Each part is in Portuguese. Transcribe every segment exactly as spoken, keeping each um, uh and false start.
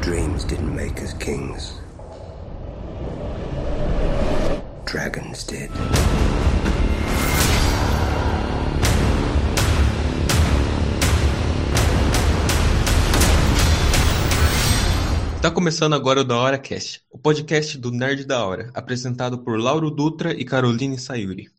Dreams didn't make us kings. Dragons did. Tá começando agora o Da Hora Cast, o podcast do Nerd da Hora, apresentado por Lauro Dutra e Caroline Sayuri.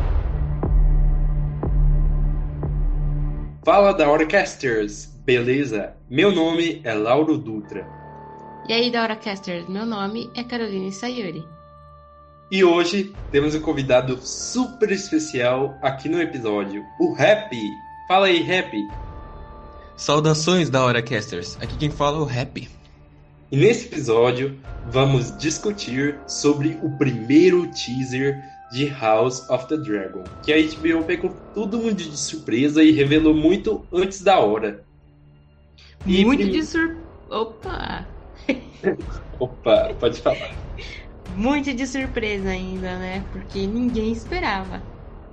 Fala Da Hora Casters, beleza? Meu nome é Lauro Dutra. E aí, Da Hora Casters, meu nome é Caroline Sayuri. E hoje temos um convidado super especial aqui no episódio, o Happy. Fala aí, Happy. Saudações, Da Hora Casters, aqui quem fala é o Happy. E nesse episódio vamos discutir sobre o primeiro teaser de House of the Dragon, que a H B O pegou todo mundo de surpresa e revelou muito antes da hora. E muito prim... de sur... Opa! Opa, pode falar. Muito de surpresa ainda, né? Porque ninguém esperava.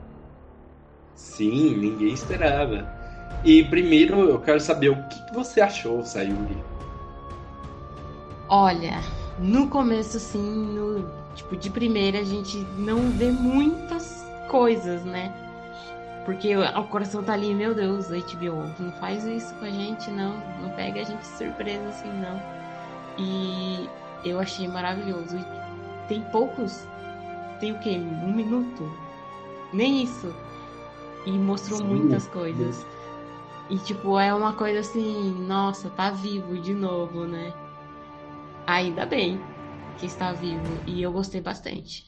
Sim, ninguém esperava. E primeiro eu quero saber o que você achou, Sayuri. Olha, no começo, assim, no, tipo, de primeira a gente não vê muitas coisas, né? Porque o, o coração tá ali, meu Deus, H B O, não faz isso com a gente, não. Não pega a gente de surpresa assim, não. E eu achei maravilhoso. E tem poucos, tem o quê? Um minuto? Nem isso. E mostrou Sim. muitas coisas. E, tipo, é uma coisa assim, nossa, tá vivo de novo, né? Ainda bem que está vivo. E eu gostei bastante.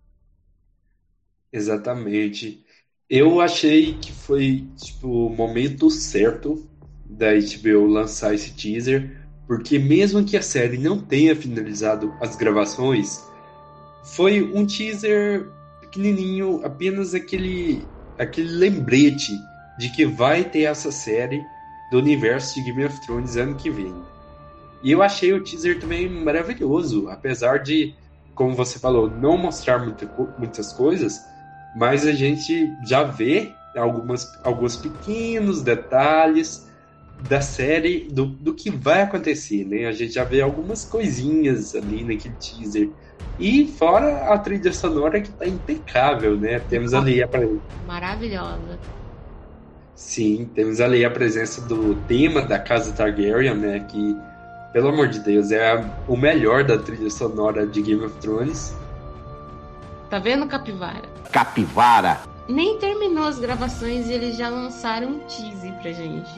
Exatamente. Eu achei que foi tipo, o momento certo da H B O lançar esse teaser, porque mesmo que a série não tenha finalizado as gravações, foi um teaser pequenininho, apenas aquele, aquele lembrete de que vai ter essa série do universo de Game of Thrones ano que vem. E eu achei o teaser também maravilhoso, apesar de, como você falou, não mostrar muita, muitas coisas, mas a gente já vê algumas, alguns pequenos detalhes da série, do, do que vai acontecer, né? A gente já vê algumas coisinhas ali naquele teaser. E fora a trilha sonora que tá impecável, né? Temos ali a... Maravilhosa. Sim, temos ali a presença do tema da Casa Targaryen, né? Que... Pelo amor de Deus, é o melhor da trilha sonora de Game of Thrones. Tá vendo, Capivara? Capivara! Nem terminou as gravações e eles já lançaram um teaser pra gente.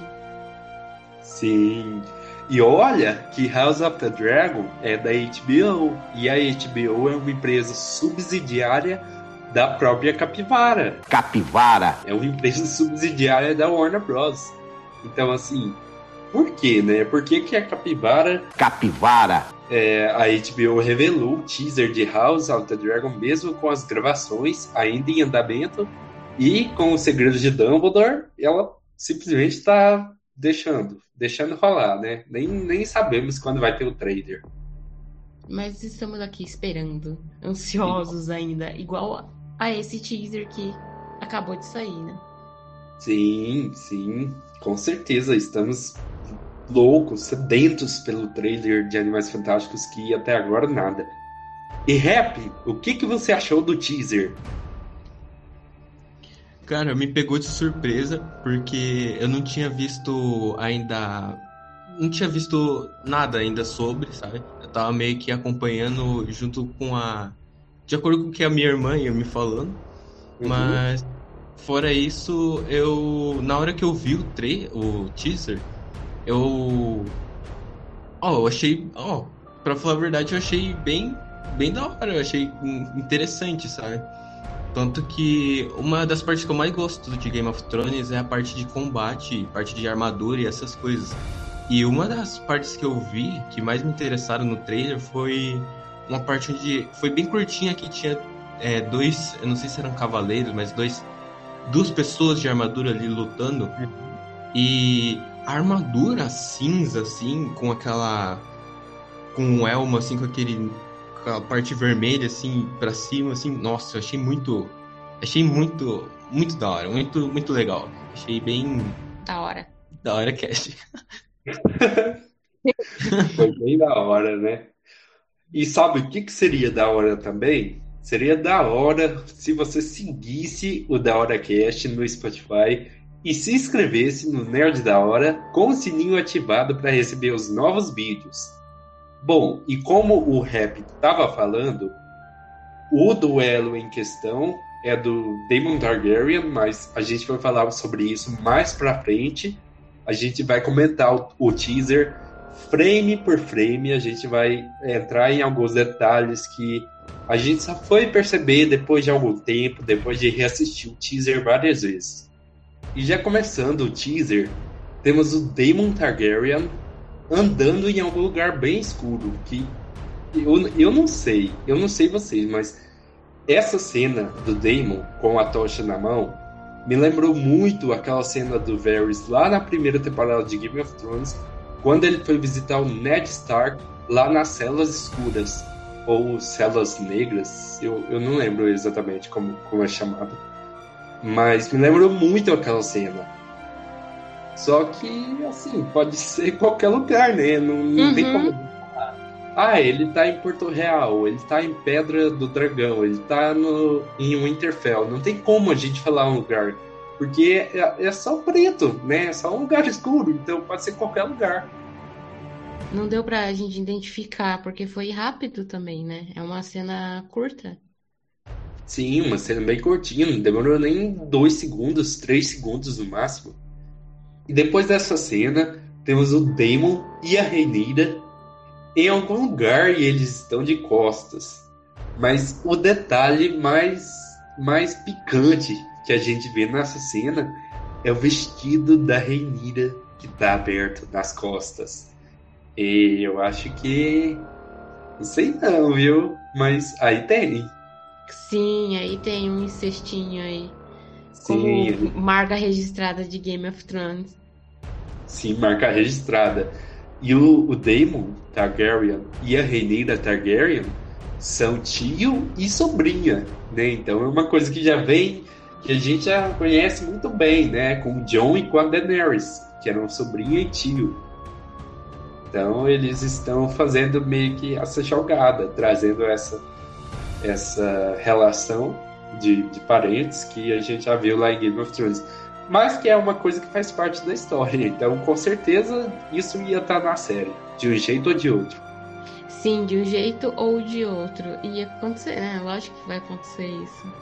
Sim. E olha que House of the Dragon é da H B O. E a H B O é uma empresa subsidiária da própria Capivara. Capivara! É uma empresa subsidiária da Warner Bros. Então, assim... Por quê, né? Por que, que a Capivara... Capivara! É, a H B O revelou o teaser de House of the Dragon, mesmo com as gravações ainda em andamento, e com os segredos de Dumbledore, ela simplesmente está deixando, deixando rolar, né? Nem, nem sabemos quando vai ter o trailer. Mas estamos aqui esperando, ansiosos ainda, igual a esse teaser que acabou de sair, né? Sim, sim, com certeza, estamos... loucos, sedentos pelo trailer de Animais Fantásticos, que até agora nada. E Happy, o que, que você achou do teaser? Cara, me pegou de surpresa, porque eu não tinha visto ainda... Não tinha visto nada ainda sobre, sabe? Eu tava meio que acompanhando junto com a... De acordo com o que a minha irmã ia me falando. Uhum. Mas, fora isso, eu... Na hora que eu vi o, tra... o teaser... Eu... Ó, oh, eu achei... Ó, oh, pra falar a verdade, eu achei bem... Bem da hora, eu achei interessante, sabe? Tanto que uma das partes que eu mais gosto de Game of Thrones é a parte de combate, parte de armadura e essas coisas. E uma das partes que eu vi, que mais me interessaram no trailer, foi uma parte onde... Foi bem curtinha, que tinha é, dois... Eu não sei se eram cavaleiros, mas dois... Duas pessoas de armadura ali lutando. E... A armadura cinza, assim, com aquela... Com um elmo, assim, com aquele... Com a parte vermelha, assim, pra cima, assim... Nossa, eu achei muito... Achei muito... Muito da hora, muito, muito legal. Achei bem... Da hora. Da hora, Cash. Foi bem da hora, né? E sabe o que que seria da hora também? Seria da hora se você seguisse o Da Hora Cast no Spotify e se inscrevesse no Nerd da Hora com o sininho ativado para receber os novos vídeos. Bom, e como o Rap estava falando, o duelo em questão é do Daemon Targaryen, mas a gente vai falar sobre isso mais pra frente. A gente vai comentar o, o teaser frame por frame, a gente vai entrar em alguns detalhes que a gente só foi perceber depois de algum tempo, depois de reassistir o teaser várias vezes. E já começando o teaser, temos o Daemon Targaryen andando em algum lugar bem escuro, que eu, eu não sei, eu não sei vocês, mas essa cena do Daemon com a tocha na mão me lembrou muito aquela cena do Varys lá na primeira temporada de Game of Thrones, quando ele foi visitar o Ned Stark lá nas celas escuras, ou celas negras, eu, eu não lembro exatamente como, como é chamado, mas me lembrou muito aquela cena. Só que, assim, pode ser qualquer lugar, né? Não, não Uhum. tem como. Ah, ele tá em Porto Real, ele tá em Pedra do Dragão, ele tá no, em Winterfell. Não tem como a gente falar um lugar, porque é, é só preto, né? É só um lugar escuro, então pode ser qualquer lugar. Não deu pra gente identificar, porque foi rápido também, né? É uma cena curta. Sim, uma cena bem curtinha, não demorou nem dois segundos, três segundos no máximo. E depois dessa cena, temos o Daemon e a Rhaenyra em algum lugar e eles estão de costas. Mas o detalhe mais, mais picante que a gente vê nessa cena é o vestido da Rhaenyra que está aberto nas costas. E eu acho que... Não sei não, viu? Mas aí tem. Sim, aí tem um cestinho aí. Sim, Como marca registrada de Game of Thrones. sim, marca registrada. E o, o Daemon Targaryen e a Rhaenyra Targaryen são tio e sobrinha, né? Então é uma coisa que já vem, que a gente já conhece muito bem, né? Com o Jon e com a Daenerys, que eram sobrinha e tio. Então eles estão fazendo meio que essa jogada, trazendo essa, essa relação de, de parentes que a gente já viu lá em Game of Thrones. Mas que é uma coisa que faz parte da história. Então, com certeza, isso ia estar na série, de um jeito ou de outro. Sim, de um jeito ou de outro. Ia acontecer, né? Lógico que vai acontecer isso.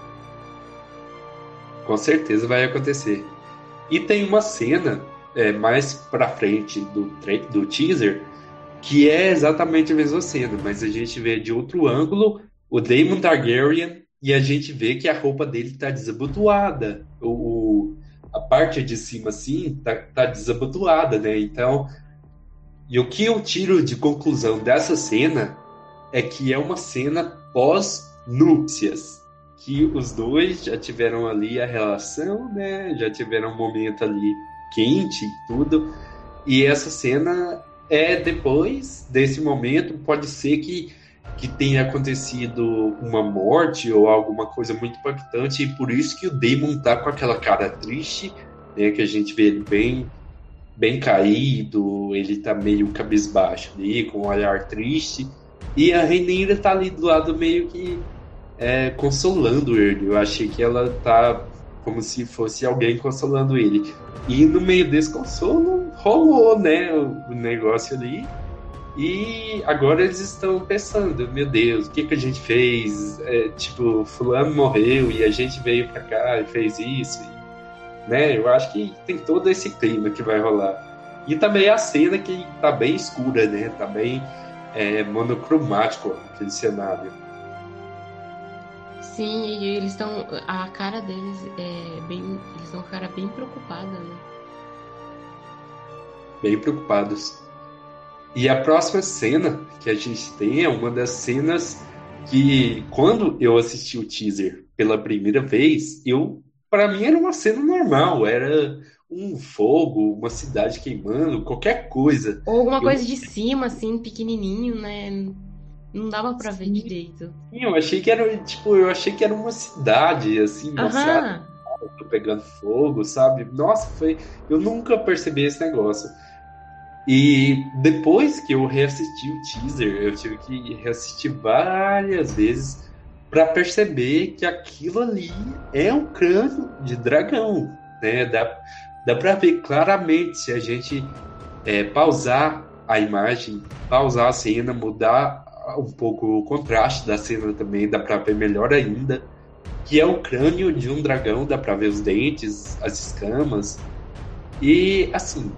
Com certeza vai acontecer. E tem uma cena é, mais pra frente do, do teaser que é exatamente a mesma cena, mas a gente vê de outro ângulo o Daemon Targaryen e a gente vê que a roupa dele tá desabotoada. O, o, a parte de cima, assim, tá, tá desabotoada, né? Então, e o que eu tiro de conclusão dessa cena é que é uma cena pós-núpcias. Que os dois já tiveram ali a relação, né? Já tiveram um momento ali quente e tudo. E essa cena é depois desse momento, pode ser que, que tenha acontecido uma morte ou alguma coisa muito impactante, e por isso que o Daemon tá com aquela cara triste, né? Que a gente vê ele bem, bem caído, ele tá meio cabisbaixo ali, com um olhar triste. E a Rhaenyra tá ali do lado meio que É, consolando ele. Eu achei que ela tá como se fosse alguém consolando ele. E no meio desse consolo rolou, né, o negócio ali. E agora eles estão pensando, meu Deus, o que que a gente fez? É, tipo, fulano morreu e a gente veio pra cá e fez isso. E, né, eu acho que tem todo esse clima que vai rolar. E também a cena que tá bem escura, né? Tá bem é, monocromático aquele cenário. Sim, e eles estão. A cara deles é bem. Eles estão com a cara bem preocupada, né? Bem preocupados. E a próxima cena que a gente tem é uma das cenas que, quando eu assisti o teaser pela primeira vez, eu, para mim era uma cena normal, era um fogo, uma cidade queimando, qualquer coisa. Ou alguma Eu- coisa de cima, assim, pequenininho, né? Não dava pra ver direito. Eu achei que era, tipo, eu achei que era uma cidade, assim, mostrada Aham. pegando fogo, sabe? Nossa, foi, eu nunca percebi esse negócio. E depois que eu reassisti o teaser, eu tive que reassistir várias vezes para perceber que aquilo ali é um crânio de dragão, né? Dá, dá para ver claramente se a gente é, pausar a imagem, pausar a cena, mudar um pouco o contraste da cena também, dá para ver melhor ainda, que é o crânio de um dragão, dá para ver os dentes, as escamas. E assim,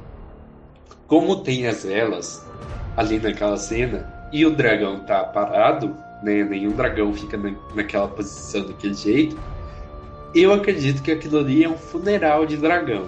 como tem as velas ali naquela cena e o dragão tá parado, né, nenhum dragão fica na, naquela posição daquele jeito, eu acredito que aquilo ali é um funeral de dragão.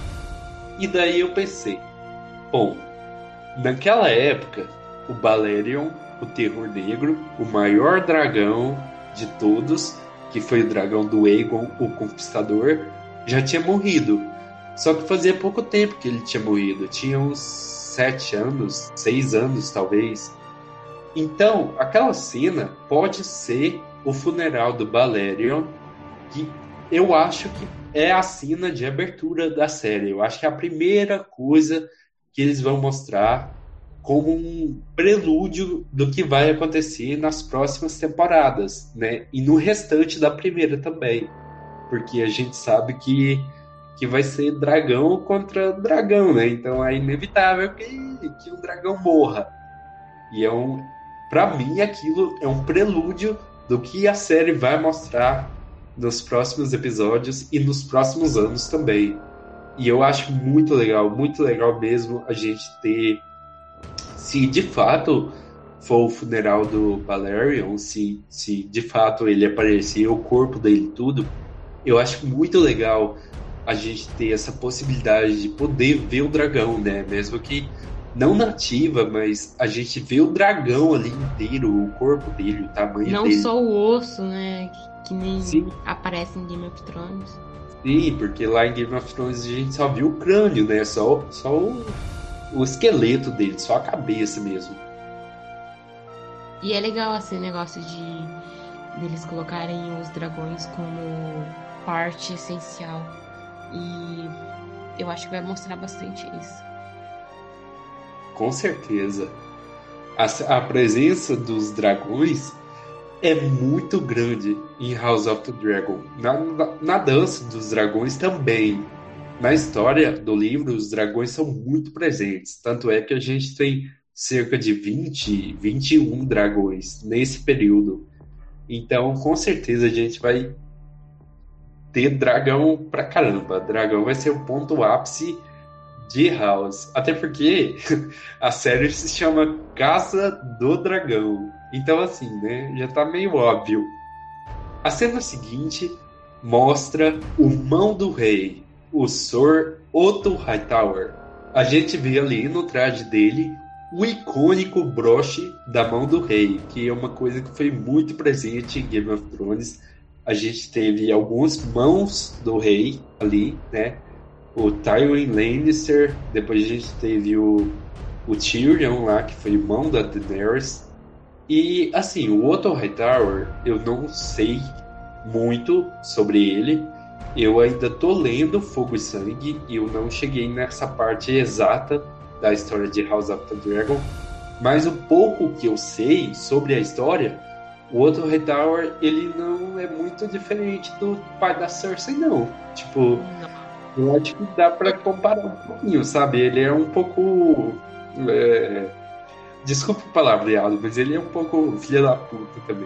E daí eu pensei, bom, naquela época, o Balerion, o Terror Negro, o maior dragão de todos, que foi o dragão do Aegon, o Conquistador, já tinha morrido. Só que fazia pouco tempo que ele tinha morrido. Tinha uns sete anos, seis anos talvez. Então, aquela cena pode ser o funeral do Balerion, que eu acho que é a cena de abertura da série. Eu acho que é a primeira coisa que eles vão mostrar como um prelúdio do que vai acontecer nas próximas temporadas, né? E no restante da primeira também. Porque a gente sabe que, que vai ser dragão contra dragão, né? Então é inevitável que, que o dragão morra. E é um... Pra mim, aquilo é um prelúdio do que a série vai mostrar nos próximos episódios e nos próximos anos também. E eu acho muito legal, muito legal mesmo a gente ter... Se de fato for o funeral do Balerion, se, se de fato ele aparecer, o corpo dele tudo, eu acho muito legal a gente ter essa possibilidade de poder ver o dragão, né? Mesmo que não nativa, mas a gente vê o dragão ali inteiro, o corpo dele, o tamanho não dele. Não só o osso, né? Que, que nem Sim. aparece em Game of Thrones. Sim, porque lá em Game of Thrones a gente só viu o crânio, né? Só, só o, o esqueleto dele, só a cabeça mesmo. E é legal esse negócio de deles colocarem os dragões como parte essencial. E eu acho que vai mostrar bastante isso. Com certeza. A, a presença dos dragões é muito grande em House of the Dragon. Na, na, na dança dos dragões também. Na história do livro, os dragões são muito presentes. Tanto é que a gente tem cerca de vinte, vinte e um dragões nesse período. Então, com certeza, a gente vai ter dragão pra caramba. Dragão vai ser o ponto ápice de House. Até porque a série se chama Casa do Dragão. Então, assim, né? Já tá meio óbvio. A cena seguinte mostra o Mão do Rei, o Sir Otto Hightower. A gente vê ali no traje dele o icônico broche da Mão do Rei, que é uma coisa que foi muito presente em Game of Thrones. A gente teve algumas mãos do rei ali, né? O Tywin Lannister, depois a gente teve o, o Tyrion lá, que foi mão da Daenerys. E, assim, o Otto Hightower, eu não sei muito sobre ele. Eu ainda tô lendo Fogo e Sangue e eu não cheguei nessa parte exata da história de House of the Dragon. Mas o pouco que eu sei sobre a história, o Otto Hightower, ele não é muito diferente do pai da Cersei, não. Tipo... Não. Eu acho que dá pra comparar um pouquinho, sabe? Ele é um pouco... É... Desculpa o palavreado, mas ele é um pouco filha da puta também.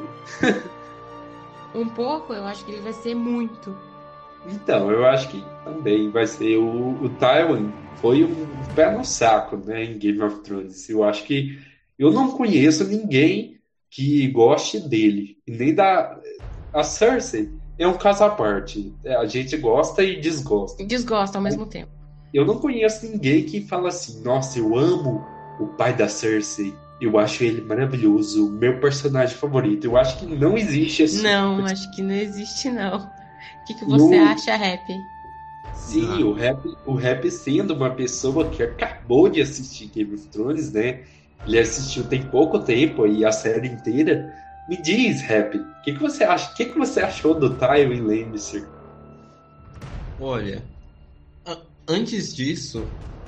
Um pouco? Eu acho que ele vai ser muito. Então, eu acho que também vai ser. O, o Tywin foi um pé no saco, né, em Game of Thrones. Eu acho que... Eu não conheço ninguém que goste dele. E nem da... A Cersei... É um caso à parte. A gente gosta e desgosta. Desgosta ao mesmo tempo. Eu não conheço ninguém que fala assim, nossa, eu amo o pai da Cersei. Eu acho ele maravilhoso, meu personagem favorito. Eu acho que não existe esse... Não, acho que não existe, não. O que, que você no... acha, Rap? Sim, o Rap, o Rap sendo uma pessoa que acabou de assistir Game of Thrones, né? Ele assistiu tem pouco tempo e a série inteira... Me diz, Rap, o que, que você acha? O que, que você achou do Tywin Lannister? Olha, a- antes disso,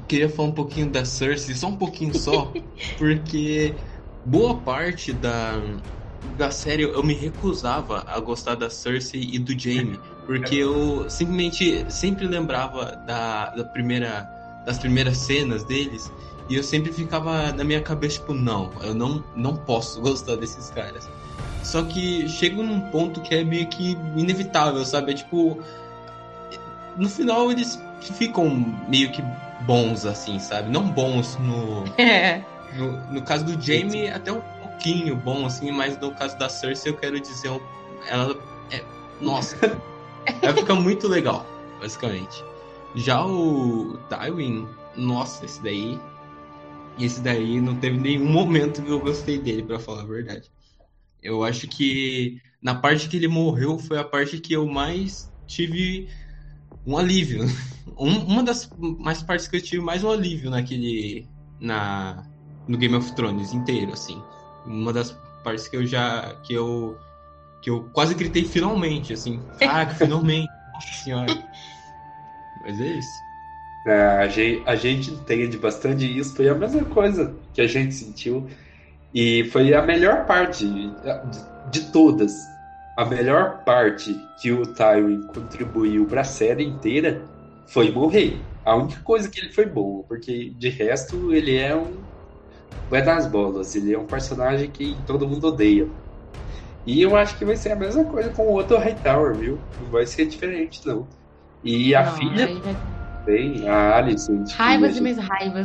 queria falar um pouquinho da Cersei, só um pouquinho só, porque boa parte da, da série eu me recusava a gostar da Cersei e do Jaime, porque eu simplesmente sempre lembrava da, da primeira, das primeiras cenas deles, e eu sempre ficava na minha cabeça, tipo, não, eu não, não posso gostar desses caras. Só que chega num ponto que é meio que inevitável, sabe? É tipo, no final eles ficam meio que bons, assim, sabe? Não bons no... É. No, no caso do Jaime, até um pouquinho bom, assim, mas no caso da Cersei, eu quero dizer, ela é... Nossa, ela fica muito legal, basicamente. Já o Tywin, nossa, esse daí... Esse daí não teve nenhum momento que eu gostei dele, pra falar a verdade. Eu acho que na parte que ele morreu foi a parte que eu mais tive um alívio. Um, uma das mais partes que eu tive mais um alívio naquele... Na, no Game of Thrones inteiro, assim. Uma das partes que eu já... Que eu, que eu quase gritei finalmente, assim. Caraca, finalmente. Nossa senhora. Mas é isso. A gente, a gente entende bastante isso. Foi a mesma coisa que a gente sentiu. E foi a melhor parte de, de todas. A melhor parte que o Tywin contribuiu para a série inteira foi morrer. A única coisa que ele foi bom, porque de resto ele é um é das bolas. Ele é um personagem que todo mundo odeia. E eu acho que vai ser a mesma coisa com o outro Hightower, viu? Não vai ser diferente, não. E a Não, filha aí vai- também, a Alicent. que a Raivas e gente- mais raivas.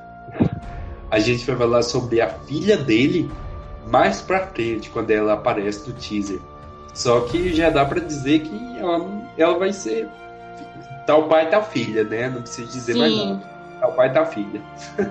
A gente vai falar sobre a filha dele mais pra frente, quando ela aparece no teaser. Só que já dá pra dizer que ela, ela vai ser tal pai, tal filha, né? Não precisa dizer mais Sim. nada. Tal pai, tal filha.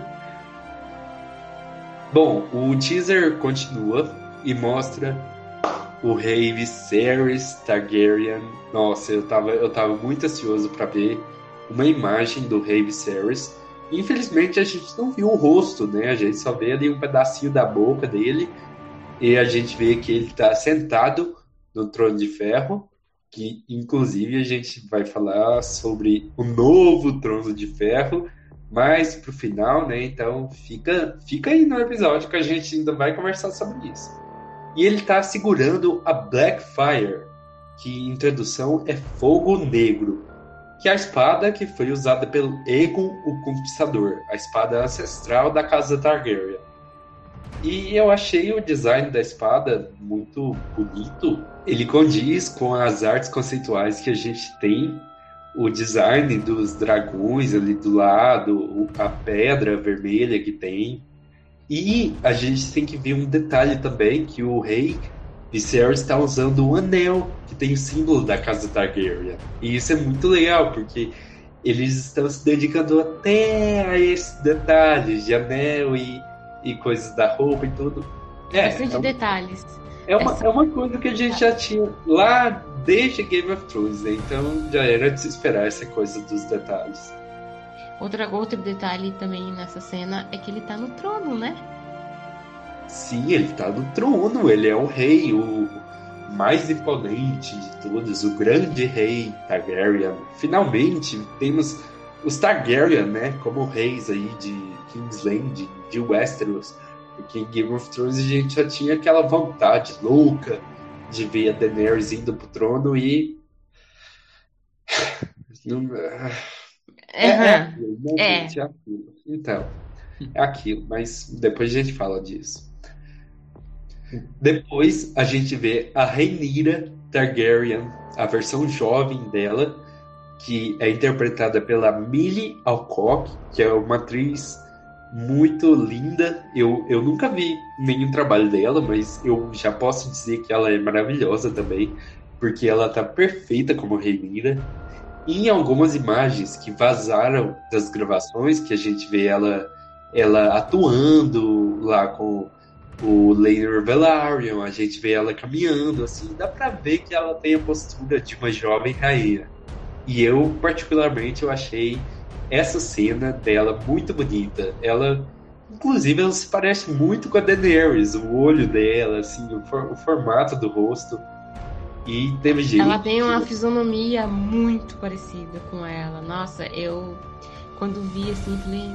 Bom, o teaser continua e mostra o rei Viserys Targaryen. Nossa, eu tava, eu tava muito ansioso pra ver uma imagem do rei Viserys. Infelizmente a gente não viu o rosto, né? A gente só vê ali um pedacinho da boca dele e a gente vê que ele tá sentado no trono de ferro, que inclusive a gente vai falar sobre o novo trono de ferro mais pro final, né? Então fica, fica aí no episódio que a gente ainda vai conversar sobre isso. E ele tá segurando a Blackfyre, que em tradução é fogo negro, que é a espada que foi usada pelo Aegon o Conquistador, a espada ancestral da casa Targaryen. E eu achei o design da espada muito bonito. Ele condiz com as artes conceituais que a gente tem, o design dos dragões ali do lado, a pedra vermelha que tem. E a gente tem que ver um detalhe também, que o rei Viserys está usando um anel que tem o símbolo da casa Targaryen. E isso é muito legal, porque eles estão se dedicando até a esses detalhes de anel e, e coisas da roupa e tudo. É, Bastante é, um- detalhes. é uma, Essa- é uma coisa que a gente já tinha lá desde Game of Thrones, né? Então já era de se esperar essa coisa dos detalhes. Outra, outro detalhe também nessa cena é que ele tá no trono, né? Sim, ele tá no trono, ele é o rei, o mais imponente de todos, o grande rei Targaryen. Finalmente temos os Targaryen, né, como reis aí de Kingsland, de Westeros. Porque em Game of Thrones a gente já tinha aquela vontade louca de ver a Daenerys indo pro trono e... Não- É, é Aham. aquilo, né, É. gente? É aquilo. Então, é aquilo, mas depois a gente fala disso. Depois a gente vê a Rhaenyra Targaryen, a versão jovem dela, que é interpretada pela Millie Alcock, que é uma atriz muito linda. Eu, eu nunca vi nenhum trabalho dela, mas eu já posso dizer que ela é maravilhosa também, porque ela tá perfeita como Rhaenyra. E em algumas imagens que vazaram das gravações, que a gente vê ela, ela atuando lá com o Laenor Velaryon, a gente vê ela caminhando, assim, dá pra ver que ela tem a postura de uma jovem rainha. E eu, particularmente, eu achei essa cena dela muito bonita. Ela, inclusive, ela se parece muito com a Daenerys, o olho dela, assim, o, for- o formato do rosto. E teve gente... Ela tem uma fisionomia muito parecida com ela. Nossa, eu. quando vi assim, falei.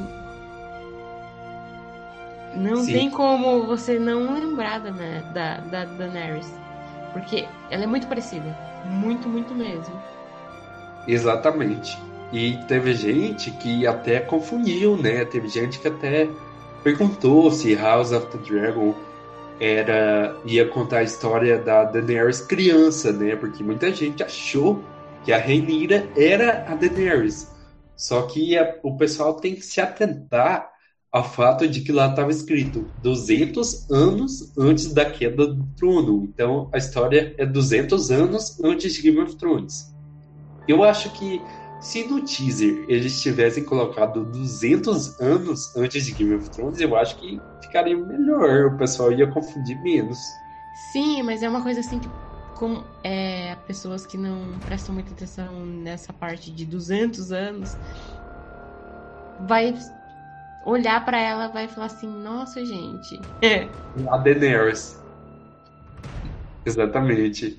Não Sim. tem como você não lembrar da, da, da Daenerys. Porque ela é muito parecida. Muito, muito mesmo. Exatamente. E teve gente que até confundiu, né? Teve gente que até perguntou se House of the Dragon era ia contar a história da Daenerys criança, né? Porque muita gente achou que a Rhaenyra era a Daenerys. Só que a, o pessoal tem que se atentar ao fato de que lá estava escrito duzentos anos antes da queda do trono. Então a história é duzentos anos antes de Game of Thrones. Eu acho que se no teaser eles tivessem colocado duzentos anos antes de Game of Thrones, eu acho que ficaria melhor. O pessoal ia confundir menos. Sim, mas é uma coisa assim que com é, pessoas que não prestam muita atenção nessa parte de duzentos anos vai olhar pra ela, vai falar assim, nossa, gente. É. A Daenerys. Exatamente.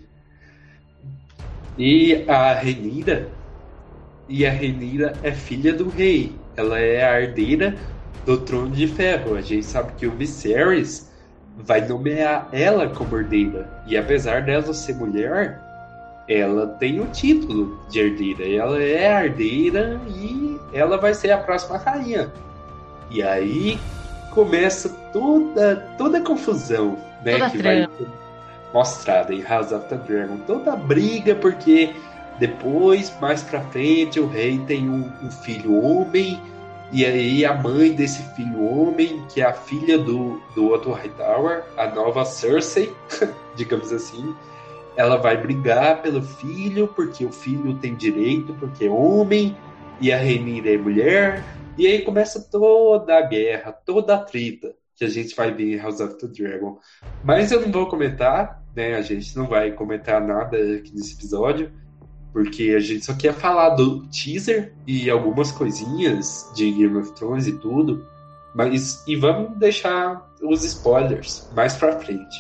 E a Rhaenyra, e a Rhaenyra é filha do rei. Ela é a herdeira do Trono de Ferro. A gente sabe que o Viserys vai nomear ela como herdeira. E apesar dela ser mulher, ela tem o título de herdeira. Ela é a herdeira e ela vai ser a próxima rainha. E aí começa toda, toda a confusão, né, Toda que a vai trama. ser mostrada em House of the Dragon. Toda a briga, porque depois, mais pra frente, o rei tem um, um filho homem, e aí a mãe desse filho homem, que é a filha do, do Otto Hightower, a nova Cersei, digamos assim, ela vai brigar pelo filho, porque o filho tem direito, porque é homem, e a Rhaenyra é mulher. E aí começa toda a guerra, toda a treta que a gente vai ver em House of the Dragon. Mas eu não vou comentar, né? A gente não vai comentar nada aqui nesse episódio, porque a gente só quer falar do teaser e algumas coisinhas de Game of Thrones e tudo. Mas, e vamos deixar os spoilers mais pra frente.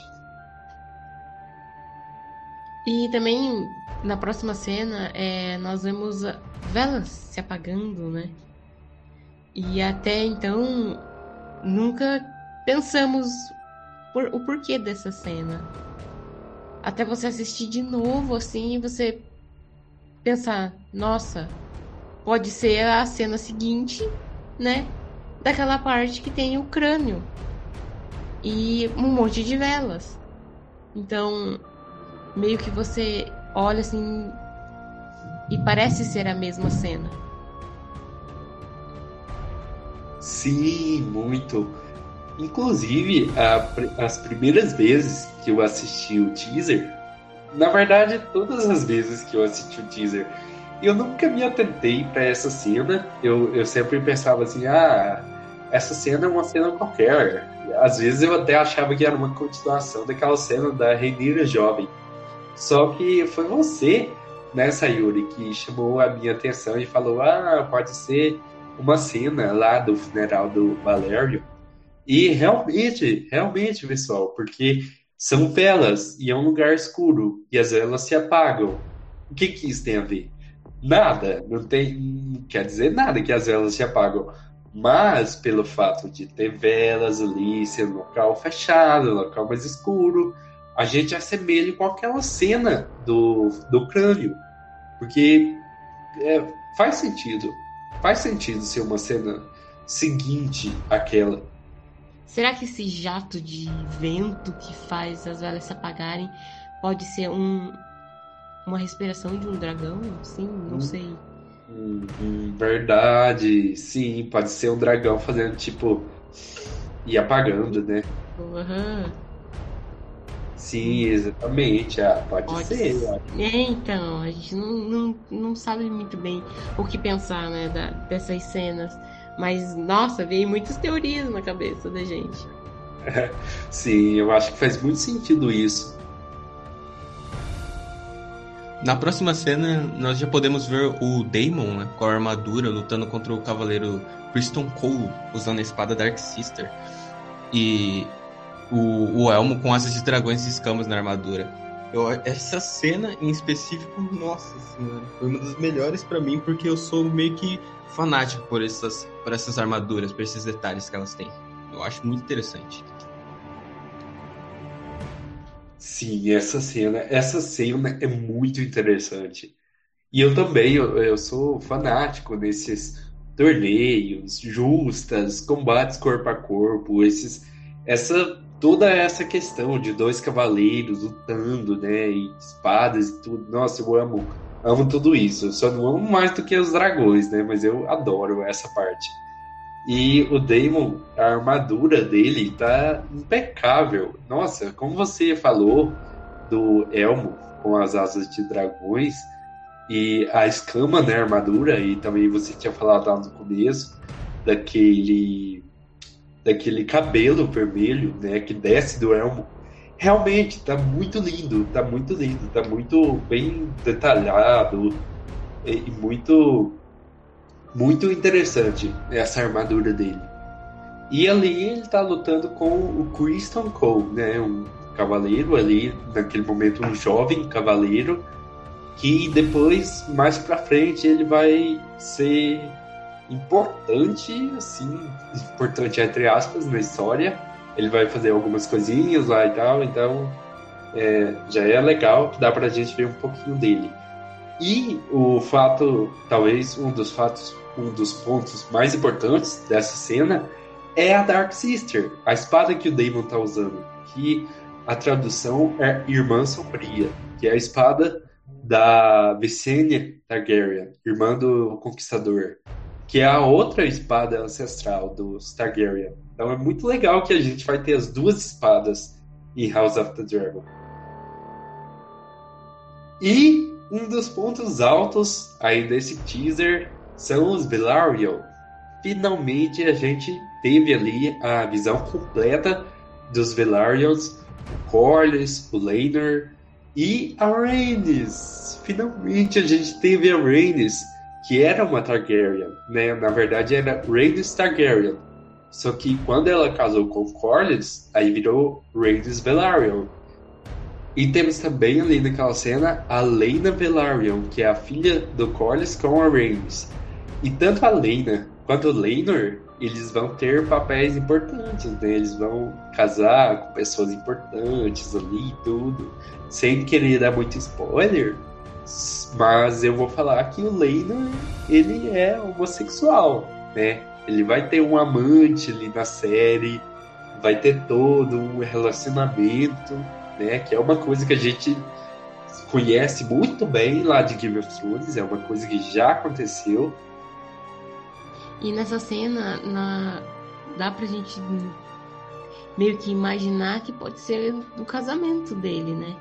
E também, na próxima cena, é, nós vemos a- velas se apagando, né? E até então, nunca pensamos por, o porquê dessa cena. Até você assistir de novo, assim, e você pensar, nossa, pode ser a cena seguinte, né? Daquela parte que tem o crânio. E um monte de velas. Então, meio que você olha assim e parece ser a mesma cena. Sim, muito. Inclusive, a- as primeiras vezes que eu assisti o teaser, na verdade, todas as vezes que eu assisti o teaser, eu nunca me atentei para essa cena. Eu, eu sempre pensava assim, ah, essa cena é uma cena qualquer. Às vezes eu até achava que era uma continuação daquela cena da Rhaenyra jovem. Só que foi você, né, Sayuri, que chamou a minha atenção e falou, ah, pode ser uma cena lá do funeral do Valério. E realmente, realmente, pessoal, porque são velas e é um lugar escuro e as velas se apagam. O que que isso tem a ver? Nada, não tem, não quer dizer nada que as velas se apagam. Mas pelo fato de ter velas ali, ser um local fechado, um local mais escuro, a gente assemelha com aquela cena do, do crânio. Porque é, faz sentido. Faz sentido ser uma cena seguinte àquela. Será que esse jato de vento que faz as velas se apagarem pode ser um, uma respiração de um dragão? Sim, não Hum. sei. Hum, hum, verdade. Sim, pode ser um dragão fazendo tipo. E apagando, né? Aham. Sim, exatamente. Ah, pode, Pode ser. ser. eu acho. É, então, a gente não, não, não sabe muito bem o que pensar, né, da- dessas cenas. Mas, nossa, veio muitas teorias na cabeça da gente. Sim, eu acho que faz muito sentido isso. Na próxima cena, nós já podemos ver o Daemon, né, com a armadura, lutando contra o cavaleiro Criston Cole, usando a espada Dark Sister. E o, o elmo com asas de dragões e escamas na armadura. Eu, essa cena em específico, nossa senhora, foi uma das melhores pra mim, porque eu sou meio que fanático por essas, por essas armaduras, por esses detalhes que elas têm. Eu acho muito interessante. Sim, essa cena, essa cena é muito interessante. E eu também, eu, eu sou fanático desses torneios, justas, combates corpo a corpo, esses, essa, toda essa questão de dois cavaleiros lutando, né, e espadas e tudo. Nossa, eu amo, amo tudo isso. Eu só não amo mais do que os dragões, né, mas eu adoro essa parte. E o Daemon, a armadura dele tá impecável. Nossa, como você falou do elmo com as asas de dragões e a escama na armadura, e também você tinha falado lá no começo daquele daquele cabelo vermelho, né, que desce do elmo. Realmente tá muito lindo, tá muito lindo, tá muito bem detalhado e, e muito muito interessante essa armadura dele. E ali ele tá lutando com o Criston Cole, né? Um cavaleiro ali, naquele momento um jovem cavaleiro, que depois, mais pra frente, ele vai ser importante, assim, importante entre aspas, na história. Ele vai fazer algumas coisinhas lá e tal, então é, já é legal que dá pra gente ver um pouquinho dele. E o fato, talvez um dos fatos, um dos pontos mais importantes dessa cena é a Dark Sister, a espada que o Daemon tá usando, que a tradução é Irmã Sombria, que é a espada da Visenya Targaryen, irmã do Conquistador, que é a outra espada ancestral dos Targaryen. Então é muito legal que a gente vai ter as duas espadas em House of the Dragon. E um dos pontos altos aí desse teaser são os Velaryon. Finalmente a gente teve ali a visão completa dos Velaryons, o Corlys, o Laenor e a Rhaenys. Finalmente a gente teve a Rhaenys, que era uma Targaryen, né? Na verdade era Rhaenys Targaryen. Só que quando ela casou com o Corlys, aí virou Rhaenys Velaryon. E temos também ali naquela cena a Laena Velaryon, que é a filha do Corlys com a Rhaenys. E tanto a Laena quanto o Laenor, eles vão ter papéis importantes, né? Eles vão casar com pessoas importantes ali e tudo. Sem querer dar muito spoiler, mas eu vou falar que o Laenor, ele é homossexual, né? Ele vai ter um amante ali na série, vai ter todo um relacionamento, né? Que é uma coisa que a gente conhece muito bem lá de Game of Thrones, é uma coisa que já aconteceu. E nessa cena, na... dá pra gente meio que imaginar que pode ser o casamento dele, né?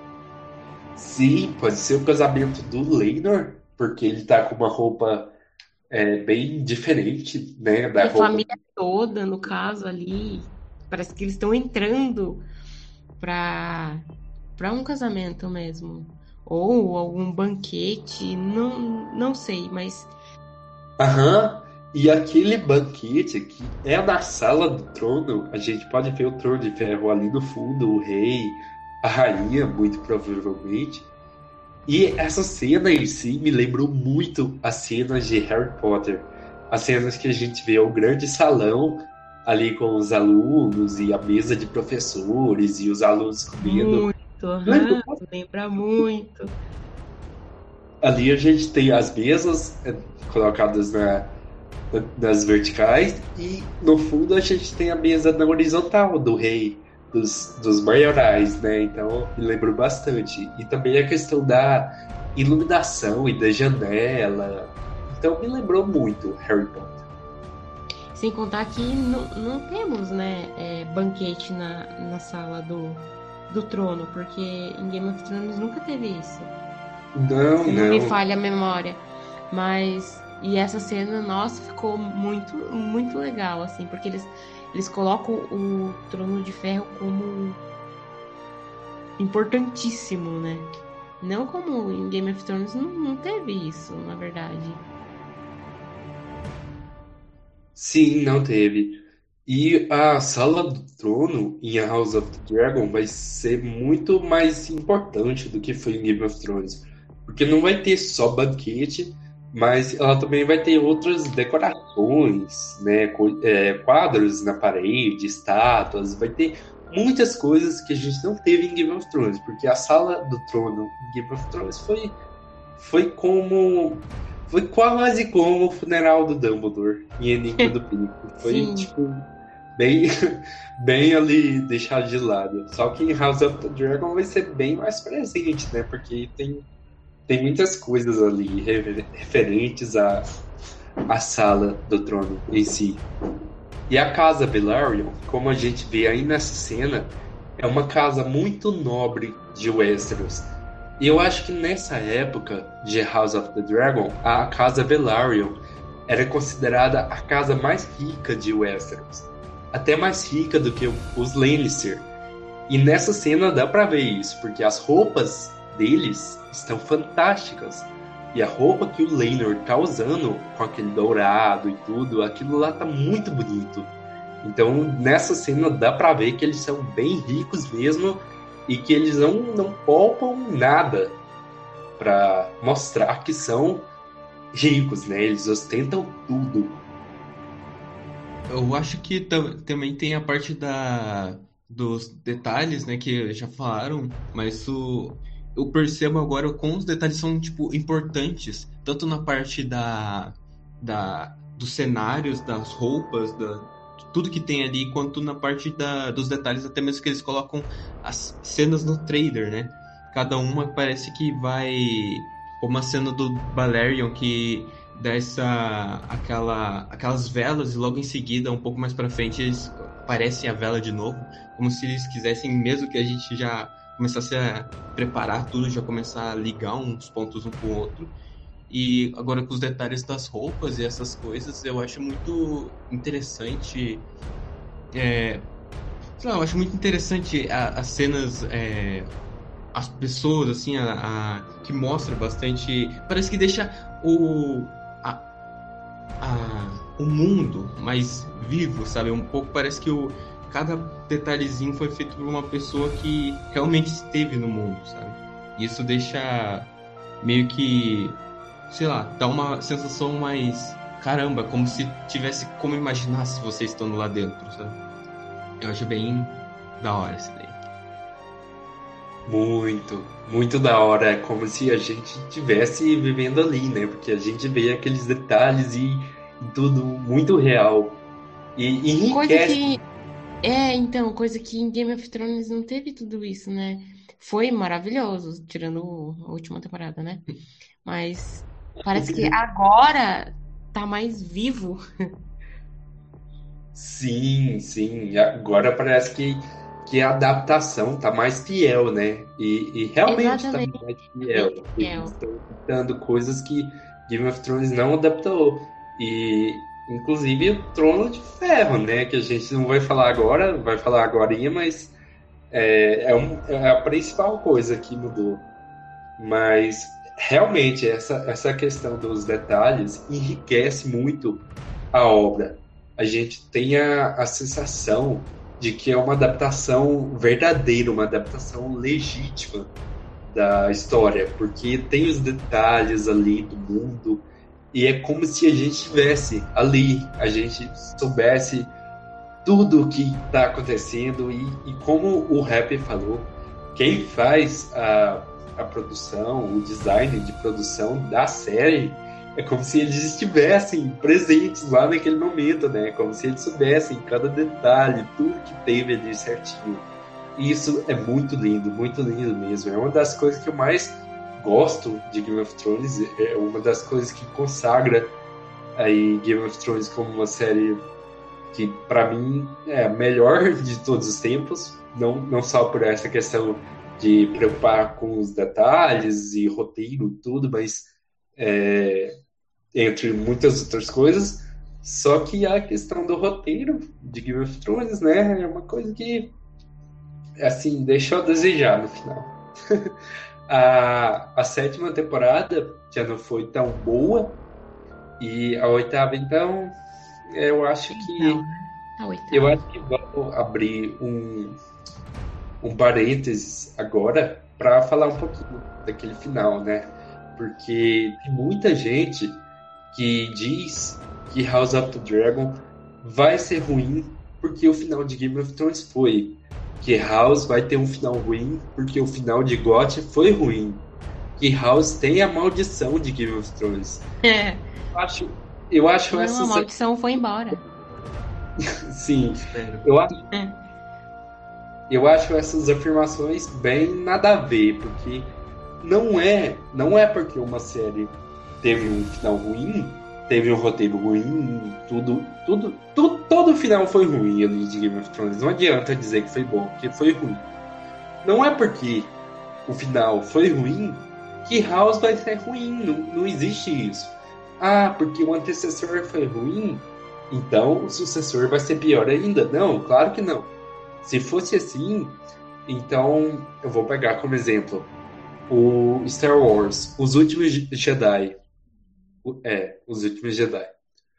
Sim, pode ser o casamento do Laenor, porque ele tá com uma roupa é, bem diferente, né? Da E a roupa. família toda, no caso, ali, parece que eles estão entrando pra, pra um casamento mesmo. Ou algum banquete, não, não sei, mas Aham. E aquele banquete que é na sala do trono, a gente pode ver o trono de ferro ali no fundo, o rei, a rainha, muito provavelmente. E essa cena em si me lembrou muito as cenas de Harry Potter. As cenas que a gente vê o grande salão ali com os alunos e a mesa de professores e os alunos comendo. muito, aham, lembra muito. Ali a gente tem as mesas é, colocadas na, nas verticais e no fundo a gente tem a mesa na horizontal do rei, dos, dos maiorais, né? Então me lembrou bastante. E também a questão da iluminação e da janela. Então me lembrou muito Harry Potter. Sem contar que não, não temos, né, é, banquete na, na sala do, do trono, porque em Game of Thrones nunca teve isso. Não, Se não não. me falha a memória. Mas, e essa cena, nossa, ficou muito, muito legal, assim, porque eles, eles colocam o Trono de Ferro como importantíssimo, né? Não como em Game of Thrones, não, não teve isso, na verdade. Sim, não teve. E a Sala do Trono em House of the Dragon vai ser muito mais importante do que foi em Game of Thrones. Porque não vai ter só banquete, mas ela também vai ter outras decorações, né? Co- é, quadros na parede, estátuas, vai ter muitas coisas que a gente não teve em Game of Thrones. Porque a Sala do Trono em Game of Thrones foi, foi como. Foi quase como o funeral do Dumbledore em Enigma do Pânico. Foi Sim. tipo bem, bem ali deixado de lado. Só que em House of the Dragon vai ser bem mais presente, né? Porque tem, tem muitas coisas ali refer- referentes à, à sala do trono em si. E a casa Velaryon, como a gente vê aí nessa cena, é uma casa muito nobre de Westeros. E eu acho que nessa época de House of the Dragon, a casa Velaryon era considerada a casa mais rica de Westeros. Até mais rica do que os Lannister. E nessa cena dá pra ver isso, porque as roupas deles estão fantásticas. E a roupa que o Laenor tá usando, com aquele dourado e tudo, aquilo lá tá muito bonito. Então nessa cena dá pra ver que eles são bem ricos mesmo e que eles não, não poupam nada pra mostrar que são ricos, né? Eles ostentam tudo. Eu acho que tam- também tem a parte da, dos detalhes, né, que já falaram, mas o, eu percebo agora como os detalhes são, tipo, importantes, tanto na parte da, da, dos cenários, das roupas, da, de tudo que tem ali, quanto na parte da, dos detalhes, até mesmo que eles colocam as cenas no trailer, né? Cada uma parece que vai, como a cena do Balerion, que dessa aquela aquelas velas e logo em seguida um pouco mais pra frente eles aparecem a vela de novo, como se eles quisessem mesmo que a gente já começasse a preparar tudo, já começar a ligar uns pontos um com o outro. E agora com os detalhes das roupas e essas coisas, eu acho muito interessante, é, sei lá, eu acho muito interessante a- as cenas, é, as pessoas assim, a, a- que mostra bastante, parece que deixa o a, o mundo mais vivo, sabe? Um pouco parece que o, cada detalhezinho foi feito por uma pessoa que realmente esteve no mundo, sabe? E isso deixa meio que, sei lá, dá uma sensação mais caramba, como se tivesse como imaginar se você estando lá dentro, sabe? Eu acho bem da hora isso daí. Muito, muito da hora. É como se a gente estivesse vivendo ali, né? Porque a gente vê aqueles detalhes e, e tudo muito real. E Coisa enriquece. que. É, então, coisa que em Game of Thrones não teve tudo isso, né? Foi maravilhoso, tirando o- a última temporada, né? Mas parece que agora tá mais vivo. Sim, sim. Agora parece que, que a adaptação tá mais fiel, né? E, e realmente tá Exatamente. mais fiel. É, Eles estão dando coisas que Game of Thrones não adaptou. E, inclusive, o Trono de Ferro, né? Que a gente não vai falar agora, vai falar agorinha, mas é, é, um- é a principal coisa que mudou. Mas, realmente, essa, essa questão dos detalhes enriquece muito a obra. A gente tem a, a sensação de que é uma adaptação verdadeira, uma adaptação legítima da história, porque tem os detalhes ali do mundo e é como se a gente estivesse ali, a gente soubesse tudo o que está acontecendo e, e como o Rap falou, quem faz a, a produção, o design de produção da série é como se eles estivessem presentes lá naquele momento, né? Como se eles soubessem cada detalhe, tudo que teve ali certinho. E isso é muito lindo, muito lindo mesmo. É uma das coisas que eu mais gosto de Game of Thrones. É uma das coisas que consagra aí Game of Thrones como uma série que, para mim, é a melhor de todos os tempos. Não, não só por essa questão de preocupar com os detalhes e roteiro e tudo, mas é, entre muitas outras coisas. Só que a questão do roteiro de Game of Thrones, né, é uma coisa que, assim, deixou a desejar no final. a, a sétima temporada já não foi tão boa, e a oitava, então, eu acho que então. A oitava. Eu acho que vamos abrir um, um parênteses agora para falar um pouquinho daquele final, né? Porque tem muita gente que diz que House of the Dragon vai ser ruim porque o final de Game of Thrones foi. Que House vai ter um final ruim porque o final de G O T foi ruim. Que House tem a maldição de Game of Thrones. É. Eu acho, eu acho Não, essas... a maldição foi embora. Sim, Espero. eu acho, É. eu acho essas afirmações bem nada a ver, porque não é, não é porque uma série teve um final ruim, teve um roteiro ruim, tudo, tudo, tudo todo o final foi ruim ali de Game of Thrones. Não adianta dizer que foi bom, porque foi ruim. Não é porque o final foi ruim que House vai ser ruim, não, não existe isso. Ah, porque o antecessor foi ruim, então o sucessor vai ser pior ainda. Não, claro que não. Se fosse assim, então eu vou pegar como exemplo o Star Wars, Os Últimos Jedi. É, Os Últimos Jedi.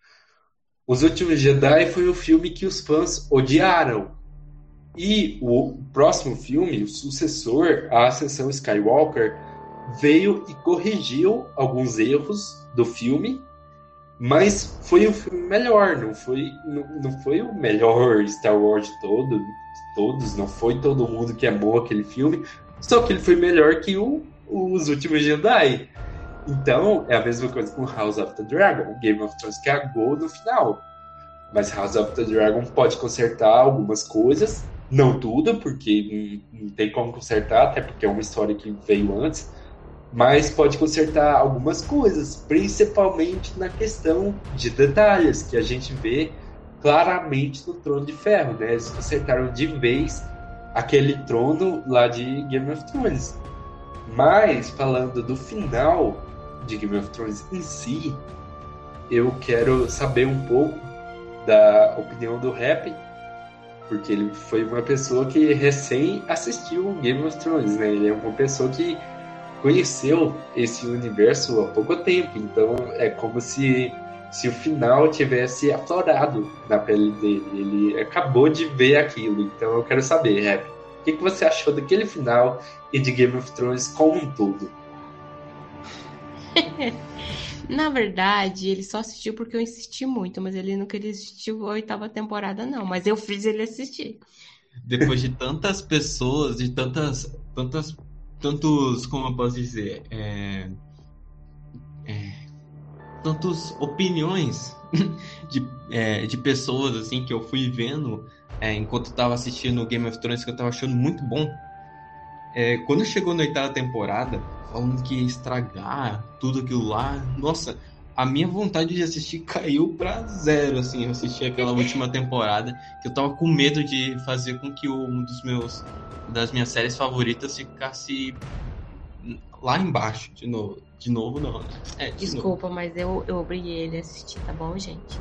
Os Últimos Jedi foi o filme que os fãs odiaram. E o próximo filme, o sucessor, a Ascensão Skywalker, veio e corrigiu alguns erros do filme, mas foi o filme melhor, não foi, não, não foi o melhor Star Wars de todo, de todos, não foi todo mundo que amou aquele filme, só que ele foi melhor que o, Os Últimos Jedi. Então, é a mesma coisa com House of the Dragon. Game of Thrones cagou no final. Mas House of the Dragon pode consertar algumas coisas. Não tudo, porque não, não tem como consertar, até porque é uma história que veio antes. Mas pode consertar algumas coisas, principalmente na questão de detalhes, que a gente vê claramente no Trono de Ferro, né? Eles consertaram de vez aquele trono lá de Game of Thrones. Mas, falando do final de Game of Thrones em si, eu quero saber um pouco da opinião do Rap, porque ele foi uma pessoa que recém assistiu Game of Thrones, né? Ele é uma pessoa que conheceu esse universo há pouco tempo, então é como se, se o final tivesse aflorado na pele dele. Ele acabou de ver aquilo, então eu quero saber, Rap, o que, que você achou daquele final e de Game of Thrones como um todo? Na verdade, ele só assistiu porque eu insisti muito, mas ele não queria assistir a oitava temporada, não. Mas eu fiz ele assistir. Depois de tantas pessoas, de tantas, tantas, tantos, como eu posso dizer, é, é, tantas opiniões de, é, de pessoas assim que eu fui vendo é, enquanto eu tava assistindo Game of Thrones, que eu tava achando muito bom. É, quando chegou na oitava temporada, falando que ia estragar tudo aquilo lá, nossa, a minha vontade de assistir caiu pra zero, assim, eu assisti aquela última temporada, que eu tava com medo de fazer com que um dos meus, das minhas séries favoritas ficasse lá embaixo, de novo, de novo não, né? É, de Desculpa, novo. mas eu, eu obriguei ele a assistir, tá bom, gente?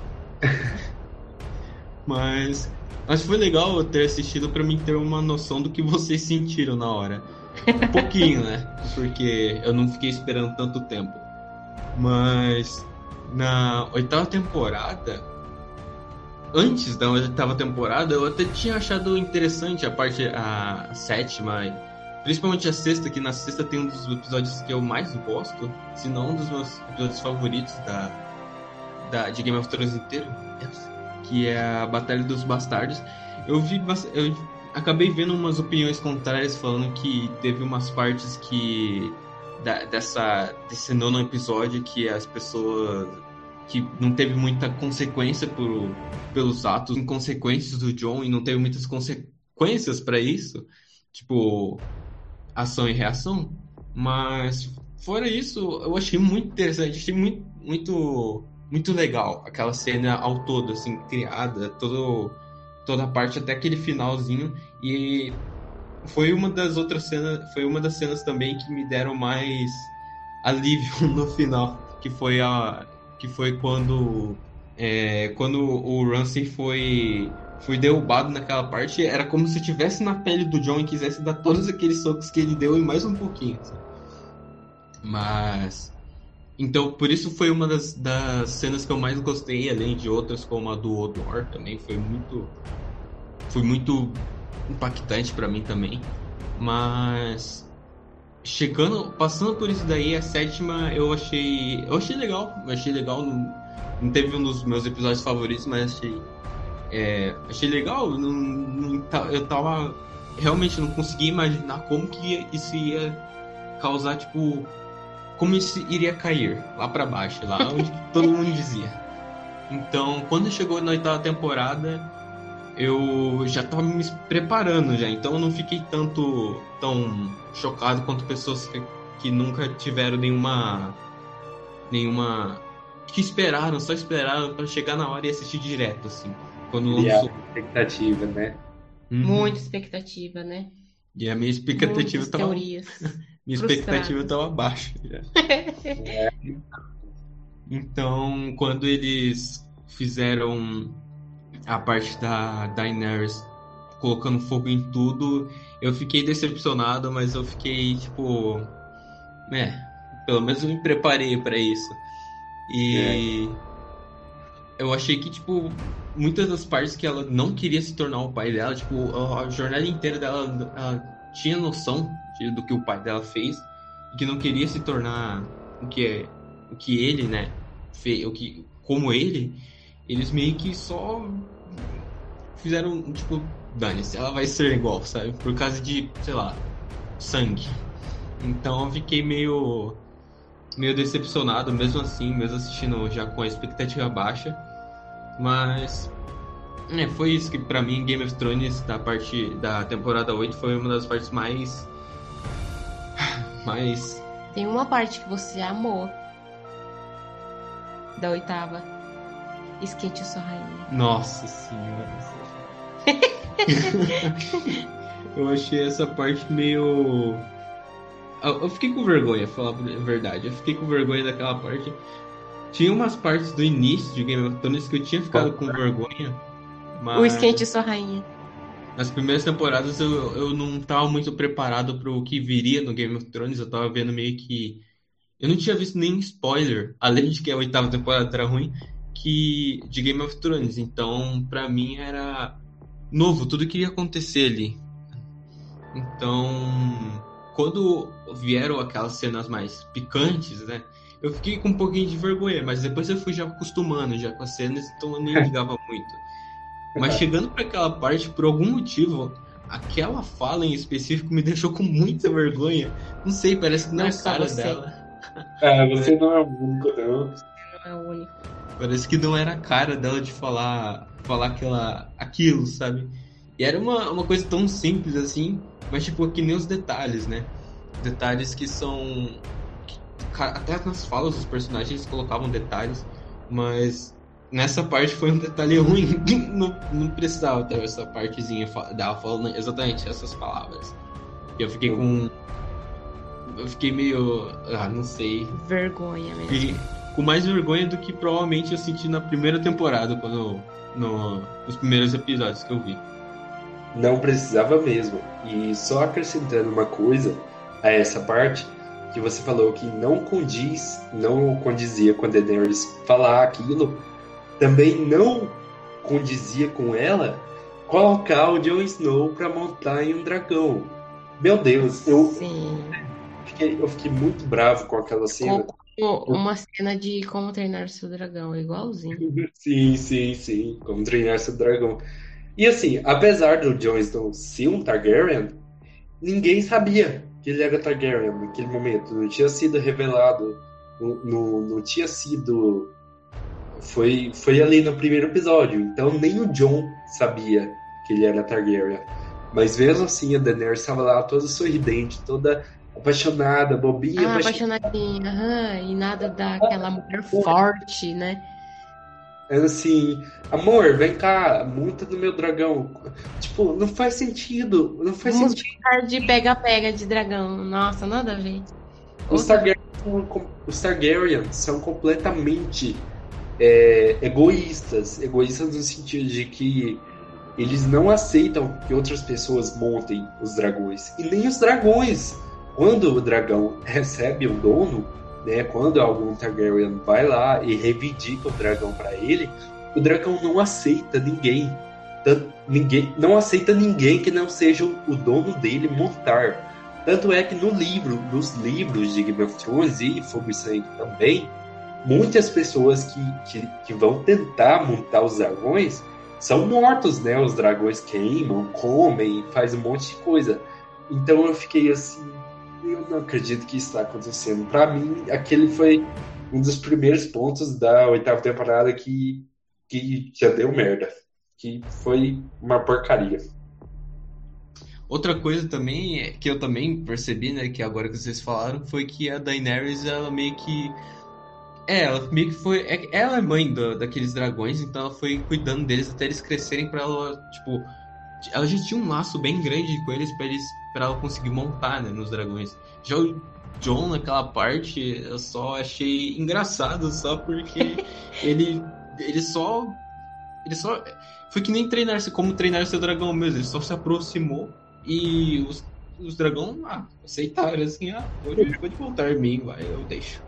Mas, mas foi legal eu ter assistido pra mim ter uma noção do que vocês sentiram na hora. Um pouquinho, né? Porque eu não fiquei esperando tanto tempo. Mas na oitava temporada, antes da oitava temporada, eu até tinha achado interessante a parte, a sétima, principalmente a sexta, que na sexta tem um dos episódios que eu mais gosto, se não um dos meus episódios favoritos da, da, de Game of Thrones inteiro, que é a Batalha dos Bastardos. Eu vi eu acabei vendo umas opiniões contrárias falando que teve umas partes que da, dessa, desse nono episódio que as pessoas que não teve muita consequência por, pelos atos inconsequentes do Jon e não teve muitas consequências para isso, tipo ação e reação, mas fora isso eu achei muito interessante, achei muito muito muito legal aquela cena ao todo, assim, criada, todo toda a parte até aquele finalzinho, e foi uma das outras cenas, foi uma das cenas também que me deram mais alívio no final, que foi a que foi quando é, quando o Ramsay foi foi derrubado naquela parte, era como se estivesse na pele do Jon e quisesse dar todos aqueles socos que ele deu e mais um pouquinho, assim. Mas Então, por isso foi uma das, das cenas que eu mais gostei, além de outras como a do Odor também, foi muito foi muito impactante pra mim também. Mas chegando, passando por isso daí, a sétima eu achei, eu achei legal, eu achei legal, não, não teve um dos meus episódios favoritos, mas achei é, achei legal, não, não, eu tava realmente não conseguia imaginar como que isso ia causar, tipo, como isso iria cair lá pra baixo, lá onde todo mundo dizia. Então, quando chegou na oitava temporada, eu já tava me preparando já, então eu não fiquei tanto tão chocado quanto pessoas que, que nunca tiveram nenhuma nenhuma que esperaram, só esperaram pra chegar na hora e assistir direto, assim, quando lançou. Expectativa, né? Uhum. Muita expectativa, né? E a minha expectativa Muitas tava teorias. minha expectativa tava baixa já. Então, quando eles fizeram a parte da Daenerys colocando fogo em tudo, eu fiquei decepcionado, mas eu fiquei tipo, é, pelo menos eu me preparei pra isso. E é. eu achei que, tipo, muitas das partes que ela não queria se tornar o pai dela, tipo, a jornada inteira dela, ela tinha noção de, do que o pai dela fez e que não queria se tornar o que é, o que ele, né, fez, o que, como ele, eles meio que só fizeram, tipo, dane-se, ela vai ser igual, sabe? Por causa de, sei lá, sangue. Então eu fiquei meio meio decepcionado, mesmo assim, mesmo assistindo já com a expectativa baixa. Mas é, foi isso que pra mim Game of Thrones da parte da temporada oito foi uma das partes mais mais Tem uma parte que você amou da oitava. Esquente sua rainha. Nossa senhora. Eu achei essa parte meio... Eu fiquei com vergonha, pra falar a verdade. Eu fiquei com vergonha daquela parte. Tinha umas partes do início de Game of Thrones que eu tinha ficado com vergonha. Mas... O esquente sua rainha. Nas primeiras temporadas eu, eu não tava muito preparado pro que viria no Game of Thrones. Eu tava vendo meio que... Eu não tinha visto nem spoiler, além de que a oitava temporada era ruim, que de Game of Thrones. Então, pra mim era novo, tudo que ia acontecer ali. Então, quando vieram aquelas cenas mais picantes, né, eu fiquei com um pouquinho de vergonha, mas depois eu fui já acostumando já com as cenas, então eu nem ligava muito. Mas chegando pra aquela parte, por algum motivo, aquela fala em específico me deixou com muita vergonha. Não sei, parece que não, não é a cara você. dela. Ah, você não é o único, não. Você não é o único. Parece que não era a cara dela de falar, falar aquela, aquilo, sabe? E era uma, uma coisa tão simples assim, mas tipo, que nem os detalhes, né? Detalhes que são... Que, até nas falas dos personagens eles colocavam detalhes, mas nessa parte foi um detalhe ruim. não, não precisava ter essa partezinha dela falando exatamente essas palavras. E eu fiquei com... Eu fiquei meio... Ah, não sei. Vergonha mesmo. Fiquei com mais vergonha do que provavelmente eu senti na primeira temporada, quando no, nos primeiros episódios que eu vi. Não precisava mesmo. E só acrescentando uma coisa a essa parte, que você falou que não condiz, não condizia com a Daenerys falar aquilo, também não condizia com ela colocar o Jon Snow pra montar em um dragão. Meu Deus, eu fiquei, eu fiquei muito bravo com aquela cena. Uma cena de como treinar seu dragão, igualzinho. Sim, sim, sim. Como treinar seu dragão. E assim, apesar do Jon Snow ser um Targaryen, ninguém sabia que ele era Targaryen naquele momento. Não tinha sido revelado. Não, não, não tinha sido... Foi, foi ali no primeiro episódio. Então nem o Jon sabia que ele era Targaryen. Mas mesmo assim, a Daenerys estava lá toda sorridente, toda... apaixonada, bobinha, ah, apaixonadinha, aham, e nada daquela mulher forte, né? É assim, amor, vem cá, monta no meu dragão. Tipo, não faz sentido, não faz Vamos sentido. De pega-pega de dragão, nossa, nada a ver. Os Targaryens, os Targaryens são completamente é, egoístas, egoístas no sentido de que eles não aceitam que outras pessoas montem os dragões, e nem os dragões. Quando o dragão recebe um dono, né, quando algum Targaryen vai lá e reivindica o dragão para ele, o dragão não aceita ninguém, tanto, ninguém, não aceita ninguém que não seja o, o dono dele montar. Tanto é que no livro, nos livros de Game of Thrones e Fogo e Sangue também, muitas pessoas que, que, que vão tentar montar os dragões são mortos, né? Os dragões queimam, comem, faz um monte de coisa. Então eu fiquei assim, eu não acredito que isso está acontecendo. Para mim, aquele foi um dos primeiros pontos da oitava temporada que, que já deu merda. Que foi uma porcaria. Outra coisa também, que eu também percebi, né, que agora que vocês falaram, foi que a Daenerys, ela meio que... É, ela meio que foi... É, ela é mãe do, daqueles dragões, então ela foi cuidando deles até eles crescerem pra ela, tipo... Ela já tinha um laço bem grande com eles pra, eles, pra ela conseguir montar, né, nos dragões. Já o Jon, naquela parte, eu só achei engraçado, só porque ele, ele só... Ele só... Foi que nem treinar, como treinar seu dragão mesmo. Ele só se aproximou e os, os dragões ah, aceitaram, assim, ah, pode, pode voltar em mim, vai, eu deixo.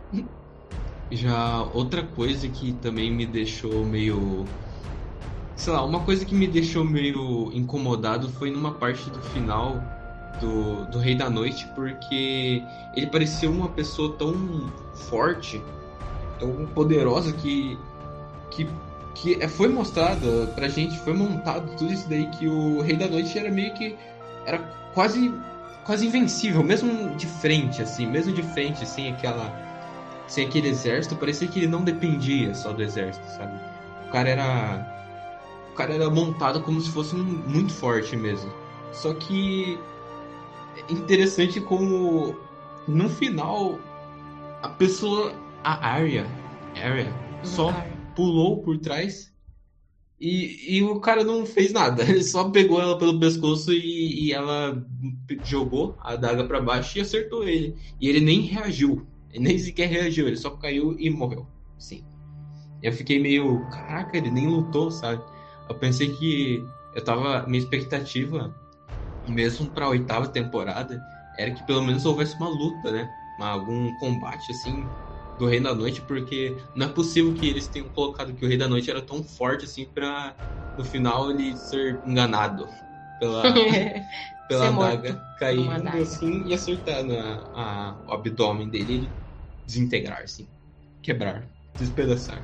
Já outra coisa que também me deixou meio... Sei lá, uma coisa que me deixou meio incomodado foi numa parte do final do, do Rei da Noite, porque ele parecia uma pessoa tão forte, tão poderosa que... que que foi mostrado pra gente, foi montado tudo isso daí, que o Rei da Noite era meio que, era quase, quase invencível, mesmo de frente, assim, mesmo de frente, sem aquela, sem aquele exército, parecia que ele não dependia só do exército, sabe? O cara era, o cara era montado como se fosse um, muito forte mesmo. Só que é interessante como, no final, a pessoa, a Arya, Arya, só... pulou por trás e, e o cara não fez nada. Ele só pegou ela pelo pescoço e, e ela jogou a adaga pra baixo e acertou ele. E ele nem reagiu. Ele nem sequer reagiu. Ele só caiu e morreu. Sim. Eu fiquei meio... Caraca, ele nem lutou, sabe? Eu pensei que... Eu tava... Minha expectativa, mesmo pra oitava temporada, era que pelo menos houvesse uma luta, né? Algum combate, assim... do Rei da Noite, porque não é possível que eles tenham colocado que o Rei da Noite era tão forte assim pra no final ele ser enganado pela, pela adaga caindo assim e acertar na, a, o abdômen dele e ele desintegrar, assim, quebrar, despedaçar.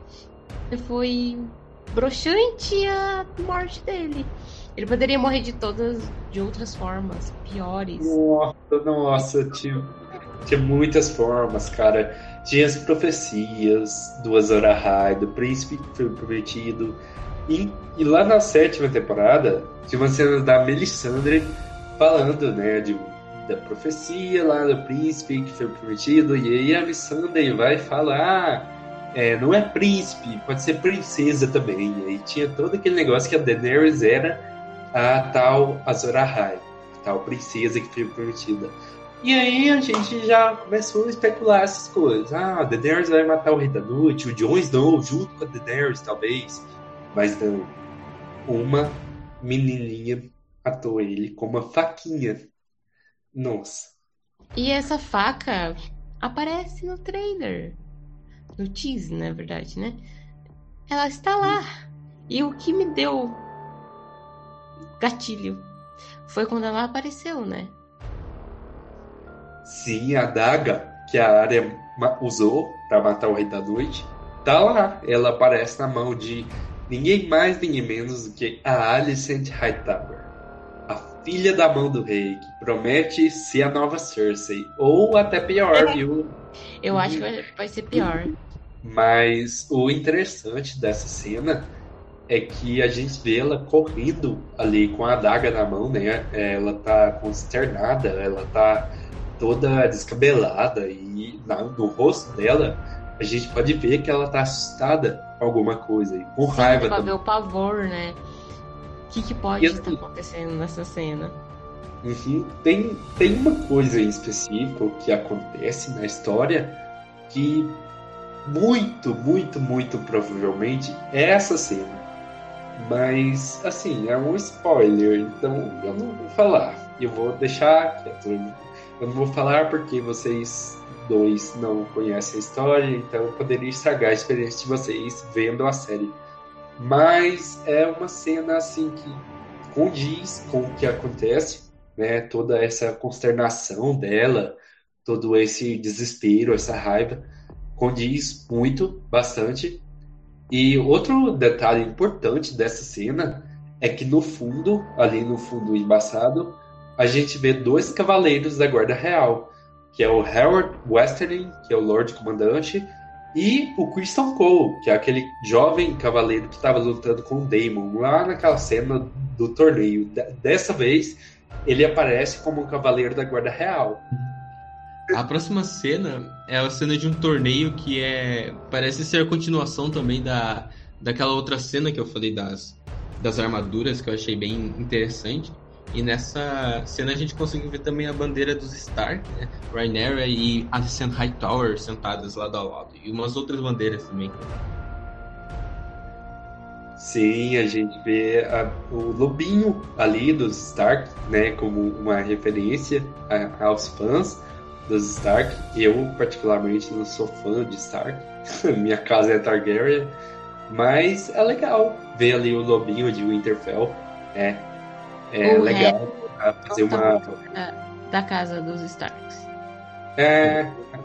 Foi broxante a morte dele. Ele poderia morrer de todas, de outras formas, piores. Nossa, nossa, tinha, tinha muitas formas, cara. Tinha as profecias do Azor Ahai, do príncipe que foi prometido. E, e lá na sétima temporada, tinha uma cena da Melisandre falando, né, de, da profecia lá do príncipe que foi prometido. E aí a Melisandre vai falar, ah, é, não é príncipe, pode ser princesa também. E aí tinha todo aquele negócio que a Daenerys era a tal Azor Ahai, a tal princesa que foi prometida. E aí a gente já começou a especular essas coisas. Ah, a Daenerys vai matar o Rei da Noite, o Jon Snow junto com a Daenerys, talvez. Mas não. Uma menininha matou ele com uma faquinha. Nossa. E essa faca aparece no trailer. No teaser, na verdade, né? Ela está lá. E o que me deu gatilho foi quando ela apareceu, né? Sim, a adaga que a Arya usou para matar o Rei da Noite tá lá. Ela aparece na mão de ninguém mais, ninguém menos do que a Alicent Hightower, a filha da mão do rei, que promete ser a nova Cersei. Ou até pior, viu? Eu acho que vai, vai ser pior. Mas o interessante dessa cena é que a gente vê ela correndo ali com a adaga na mão, né? Ela tá consternada, ela tá toda descabelada e na, no rosto dela a gente pode ver que ela tá assustada com alguma coisa e com Sim, raiva pra também. ver o pavor, né? O que, que pode E estar assim, acontecendo nessa cena? Uhum. Tem, tem uma coisa em específico que acontece na história que muito, muito, muito provavelmente é essa cena. Mas, assim, é um spoiler, então eu não vou falar. Eu vou deixar quieto. Eu não vou falar porque vocês dois não conhecem a história, então poderia estragar a experiência de vocês vendo a série. Mas é uma cena assim que condiz com o que acontece, né? Toda essa consternação dela, todo esse desespero, essa raiva, condiz muito, bastante. E outro detalhe importante dessa cena é que no fundo, ali no fundo embaçado, a gente vê dois cavaleiros da Guarda Real, que é o Harold Westerling, que é o Lorde Comandante, e o Criston Cole, que é aquele jovem cavaleiro que estava lutando com o Daemon lá naquela cena do torneio. Dessa vez, ele aparece como um cavaleiro da Guarda Real. A próxima cena é a cena de um torneio que é parece ser a continuação também da, daquela outra cena que eu falei das, das armaduras, que eu achei bem interessante. E nessa cena a gente consegue ver também a bandeira dos Stark, né? Rhaenyra e Alicent Hightower sentadas lado a lado. E umas outras bandeiras também. Sim, a gente vê a, o lobinho ali dos Stark, né? Como uma referência a, aos fãs dos Stark. Eu, particularmente, não sou fã de Stark. Minha casa é Targaryen. Mas é legal ver ali o lobinho de Winterfell. É, é O legal pra fazer uma... Da, da casa dos Starks. É...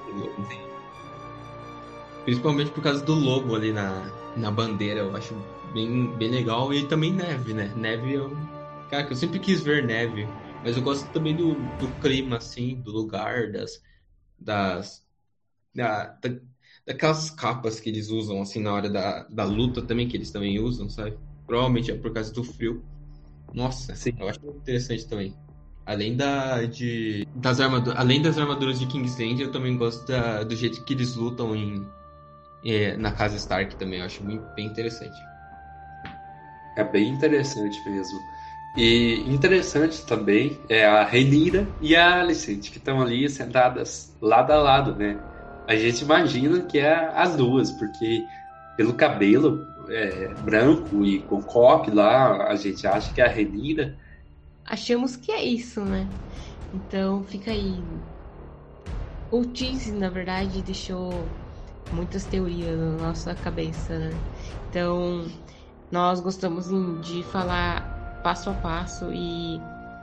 Principalmente por causa do lobo ali na, na bandeira. Eu acho bem, bem legal. E também neve, né? Neve é um... Cara, que eu sempre quis ver neve. Mas eu gosto também do, do clima, assim, do lugar, das... das da, da, daquelas capas que eles usam, assim, na hora da, da luta também, que eles também usam, sabe? Provavelmente é por causa do frio. Nossa, Sim. eu acho interessante também. Além da, de, das armaduras, além das armaduras de Kingsland, eu também gosto da, do jeito que eles lutam em, é, na casa Stark também. Eu acho muito, bem interessante. É bem interessante mesmo. E interessante também é a Rhaenyra e a Alicent, que estão ali sentadas lado a lado, né? A gente imagina que é as duas, porque pelo cabelo é, branco e com coque lá, a gente acha que é a Rhaenyra. Achamos que é isso, né? Então fica aí. O Tease, na verdade, deixou muitas teorias na nossa cabeça, né? Então nós gostamos de falar passo a passo, e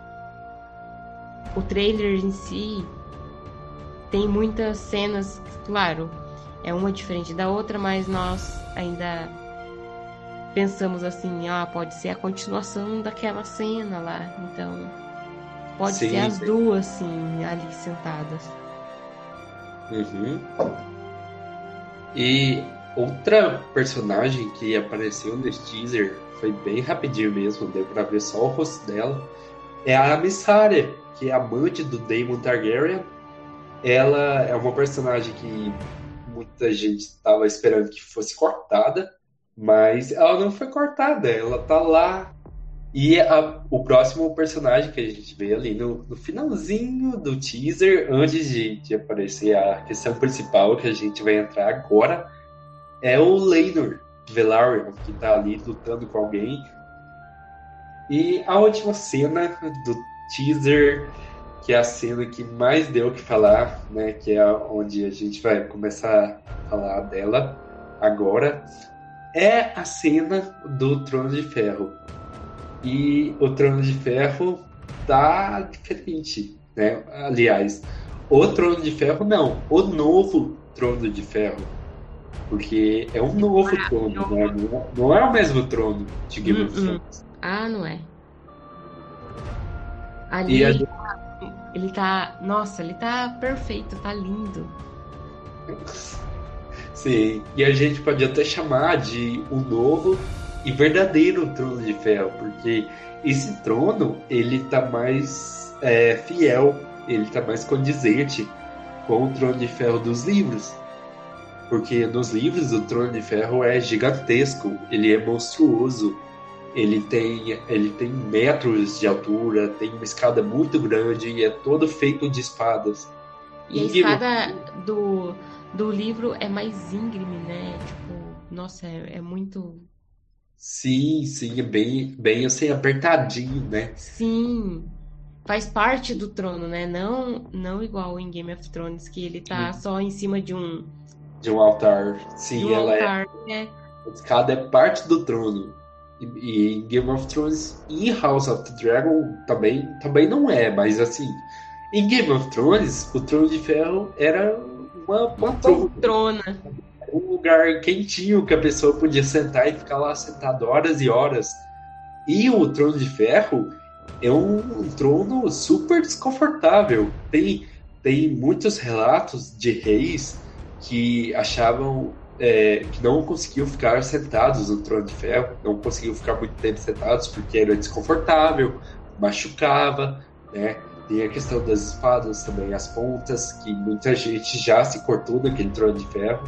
o trailer em si tem muitas cenas, claro, é uma diferente da outra, mas nós ainda pensamos assim, ah, pode ser a continuação daquela cena lá, então pode Sim, ser as sim. duas, sim, ali sentadas. Uhum. E outra personagem que apareceu nesse teaser, foi bem rapidinho mesmo, deu pra ver só o rosto dela, é a Mysaria, que é amante do Daemon Targaryen. Ela é uma personagem que muita gente estava esperando que fosse cortada, mas ela não foi cortada, ela tá lá. E a, o próximo personagem que a gente vê ali no, no finalzinho do teaser, antes de, de aparecer a questão principal que a gente vai entrar agora, é o Laenor Velaryon, que tá ali lutando com alguém. E a última cena do teaser, que é a cena que mais deu o que falar, né, que é onde a gente vai começar a falar dela agora, é a cena do Trono de Ferro. E o Trono de Ferro tá diferente, né? Aliás, o Trono de Ferro não, o novo Trono de Ferro. Porque é um novo trono, né? Não, não é o mesmo trono de Game of Thrones. Ah, não é. Ali E a gente... ele tá, nossa, ele tá perfeito, tá lindo. Sim, e a gente pode até chamar de o novo e verdadeiro Trono de Ferro, porque esse trono, ele tá mais é, fiel, ele tá mais condizente com o Trono de Ferro dos livros. Porque nos livros o Trono de Ferro é gigantesco, ele é monstruoso, ele tem, ele tem metros de altura, tem uma escada muito grande e é todo feito de espadas. E a E- escada do, do livro é mais íngreme, né? Tipo, nossa, é, é muito. Sim, sim, é bem, bem assim, apertadinho, né? Sim. faz parte do trono, né? Não, não igual em Game of Thrones, que ele tá só em cima de um, De um altar. de Sim, um ela é. altar, né? A escada é parte do trono. E, e em Game of Thrones e House of the Dragon também, também não é, mas assim. Em Game of Thrones, o Trono de Ferro era uma poltrona. Poltrona. Um lugar quentinho que a pessoa podia sentar e ficar lá sentado horas e horas. E o Trono de Ferro é um, um trono super desconfortável. Tem, tem muitos relatos de reis que achavam é, que não conseguiam ficar sentados no Trono de Ferro, não conseguiam ficar muito tempo sentados porque era desconfortável, machucava, né? Tem a questão das espadas também, as pontas, que muita gente já se cortou naquele Trono de Ferro.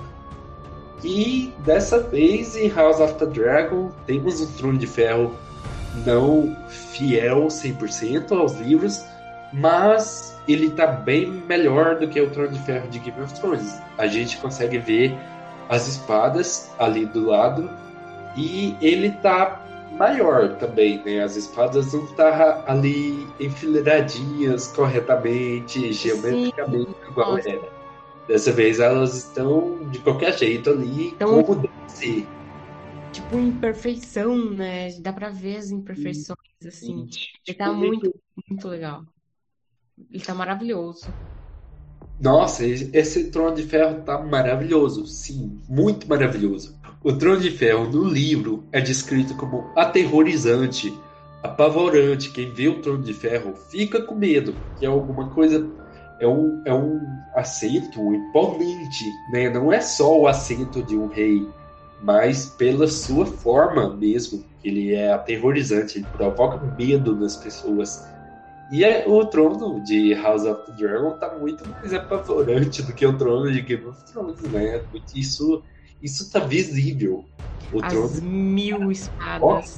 E dessa vez em House of the Dragon temos um Trono de Ferro não fiel cem por cento aos livros, mas ele tá bem melhor do que o Trono de Ferro de Game of Thrones. A gente consegue ver as espadas ali do lado e ele tá maior também, né? As espadas não tá ali enfileiradinhas corretamente, geometricamente igual Nossa. era. Dessa vez elas estão de qualquer jeito ali, Então- como deve ser. Tipo, imperfeição, né? Dá pra ver as imperfeições, assim. Ele tá muito, muito legal. Ele tá maravilhoso. Nossa, esse esse Trono de Ferro tá maravilhoso, sim, muito maravilhoso. O Trono de Ferro no livro é descrito como aterrorizante, apavorante. Quem vê o Trono de Ferro fica com medo, que é alguma coisa, é um, é um assento imponente, né? Não é só o assento de um rei, mas pela sua forma mesmo. Ele é aterrorizante, ele provoca medo nas pessoas. E é- o trono de House of the Dragon tá muito mais apavorante do que o trono de Game of Thrones, né? Isso, isso tá visível. O As trono. mil espadas.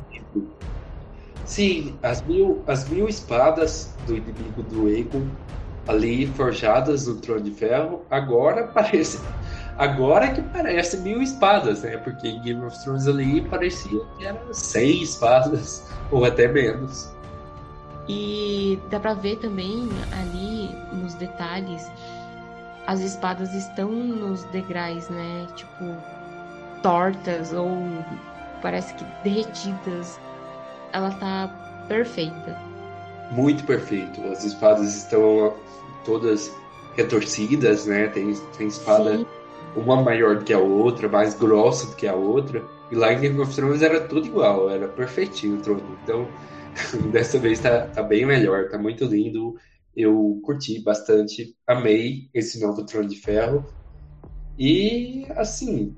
Sim, as mil, as mil espadas do inimigo do Aegon ali forjadas no Trono de Ferro, agora parece. Agora que parece mil espadas, né? Porque em Game of Thrones ali parecia que eram cem espadas, ou até menos. E dá pra ver também ali nos detalhes, as espadas estão nos degraus, né? Tipo, tortas ou parece que derretidas. Ela tá perfeita. Muito perfeito. As espadas estão todas retorcidas, né? Tem, tem espada, Sim. uma maior do que a outra, mais grossa do que a outra. E lá em Game of Thrones era tudo igual, era perfeitinho o trono. Então, dessa vez tá, tá bem melhor, tá muito lindo. Eu curti bastante, amei esse novo Trono de Ferro. E, assim,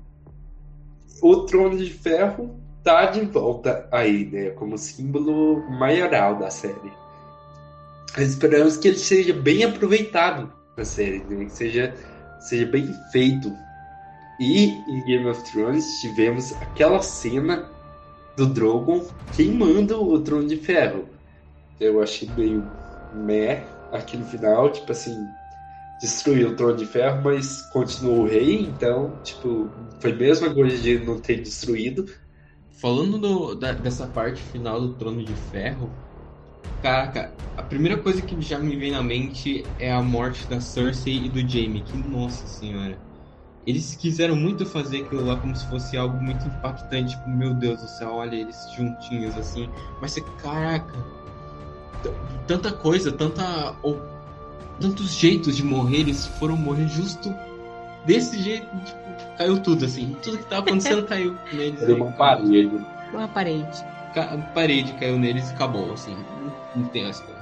o Trono de Ferro tá de volta aí, né? Como símbolo maioral da série. Esperamos que ele seja bem aproveitado na série, né? Que seja, seja bem feito. E em Game of Thrones tivemos aquela cena do Drogon queimando o Trono de Ferro. Eu achei meio meh aquele final, tipo assim, destruiu o Trono de Ferro, mas continuou o rei, então, tipo, foi a mesma coisa de não ter destruído. Falando do- da- dessa parte final do Trono de Ferro, caraca, a primeira coisa que já me vem na mente é a morte da Cersei e do Jaime. Que nossa senhora. Eles quiseram muito fazer aquilo lá como se fosse algo muito impactante. Tipo, meu Deus do céu, olha eles juntinhos assim. Mas você, caraca, t- tanta coisa, tanta. Ou, tantos jeitos de morrer, eles foram morrer justo desse jeito. Tipo, caiu tudo assim. Tudo que tava acontecendo caiu neles. Deu aí, uma acabou. parede. Uma parede. Ca- a parede caiu neles e acabou, assim. Não, não tem essa coisa.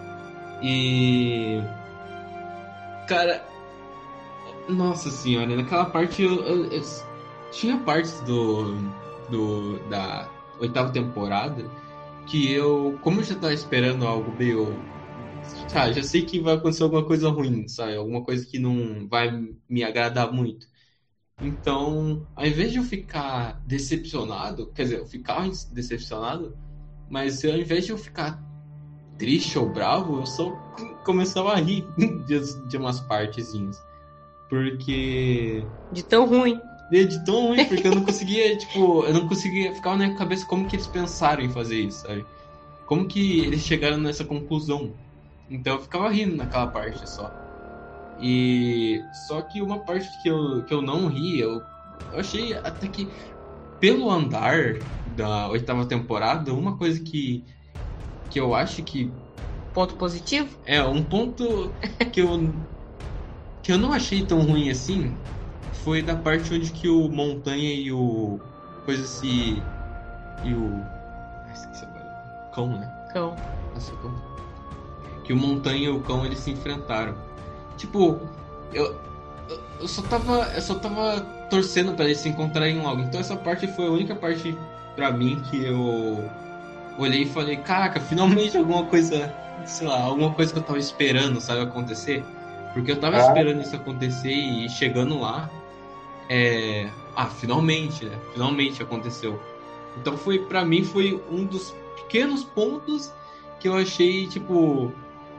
E. Cara. Nossa senhora, naquela parte eu, eu- eu- tinha partes do. do da oitava temporada que eu. Como eu já tava esperando algo meio. Tá, já sei que vai acontecer alguma coisa ruim, sabe? Alguma coisa que não vai me agradar muito. Então, ao invés de eu ficar decepcionado, quer dizer, eu ficava decepcionado, mas ao invés de eu ficar triste ou bravo, eu só começava a rir de, de umas partezinhas. Porque. De tão ruim. De tão ruim, porque eu não conseguia, tipo, eu não conseguia ficar na minha cabeça como que eles pensaram em fazer isso, sabe? Como que eles chegaram nessa conclusão? Então eu ficava rindo naquela parte só. E só que uma parte que eu, que eu não ri, eu, eu achei até que pelo andar da oitava temporada, uma coisa que, que eu acho que Ponto positivo? é um ponto que eu, que eu não achei tão ruim assim foi da parte onde que o Montanha e o coisa se e o ah, esqueci agora. Cão, né? Cão. Nossa, cão. Que o Montanha e o Cão eles se enfrentaram. Tipo, eu, eu só tava eu só tava torcendo pra eles se encontrarem logo. Então essa parte foi a única parte pra mim que eu olhei e falei, caraca, finalmente alguma coisa, sei lá, alguma coisa que eu tava esperando, sabe, acontecer. Porque eu tava Ah. esperando isso acontecer e chegando lá, é... ah, finalmente, né? Finalmente aconteceu. Então foi, pra mim, foi um dos pequenos pontos que eu achei, tipo...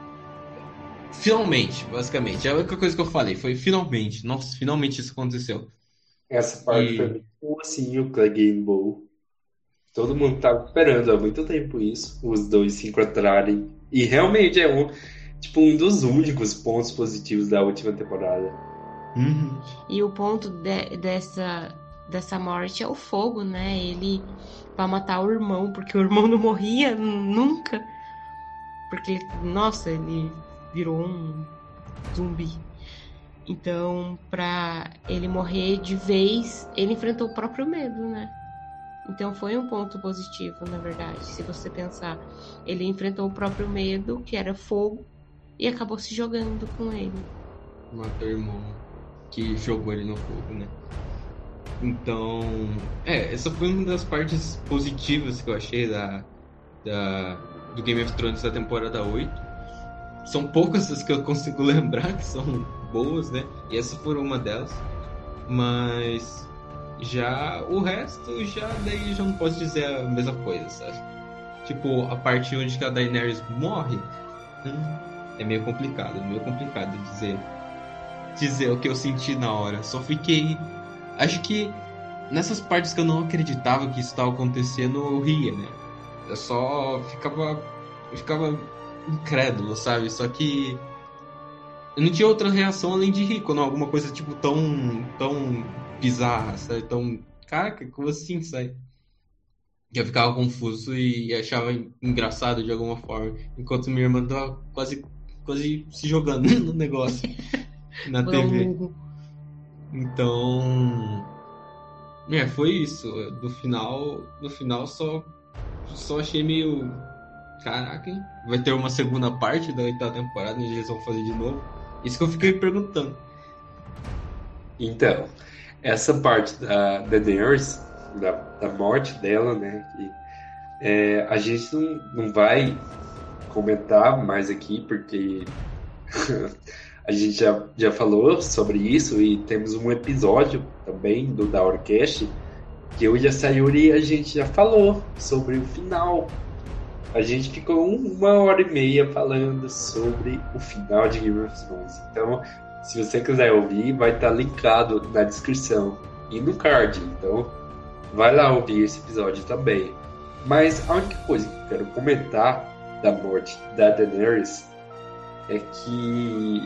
Finalmente, basicamente. A única coisa que eu falei foi finalmente. Nossa, finalmente isso aconteceu. Essa parte E- foi muito assim, o Clay Game Bowl. Todo mundo tava esperando há muito tempo isso, os dois se encontrarem. E realmente é um, tipo, um dos únicos pontos positivos da última temporada. Uhum. E o ponto de- dessa, dessa morte é o fogo, né? Ele vai matar o irmão, porque o irmão não morria nunca. Porque, ele, nossa, ele virou um zumbi. Então, pra ele morrer de vez, ele enfrentou o próprio medo, né? Então foi um ponto positivo, na verdade, se você pensar. Ele enfrentou o próprio medo, que era fogo, e acabou se jogando com ele. Matou o irmão que jogou ele no fogo, né? Então, é, essa foi uma das partes positivas que eu achei da, da, do Game of Thrones da temporada oito. São poucas as que eu consigo lembrar que são boas, né? E essa foi uma delas. Mas já o resto, já daí já não posso dizer a mesma coisa, sabe? Tipo, a parte onde que a Daenerys morre, hum, é meio complicado, é meio complicado dizer, dizer o que eu senti na hora. Só fiquei... Acho que nessas partes que eu não acreditava que isso estava acontecendo, eu ria, né? Eu só ficava... Eu ficava incrédulo, sabe? Só que eu não tinha outra reação além de rir quando alguma coisa, tipo, tão... tão bizarra, sabe? Tão... Caraca, como assim, sabe? Eu ficava confuso e achava engraçado de alguma forma, enquanto minha irmã tava quase, quase se jogando no negócio, na T V. Vamos- Então, é, foi isso. No final, no final só, só achei meio, caraca, hein? Vai ter uma segunda parte da oitava temporada, onde eles vão fazer de novo. Isso que eu fiquei perguntando. Então, essa parte da Daenerys, da, da morte dela, né? Que, é, a gente não, não vai comentar mais aqui, porque a gente já, já falou sobre isso e temos um episódio também do Daorcast que eu e a Sayuri a gente já falou sobre o final. A gente ficou um- uma hora e meia falando sobre o final de Game of Thrones. Então, se você quiser ouvir, vai estar linkado na descrição e no card. Então, vai lá ouvir esse episódio também. Mas a única coisa que eu quero comentar da morte da Daenerys é que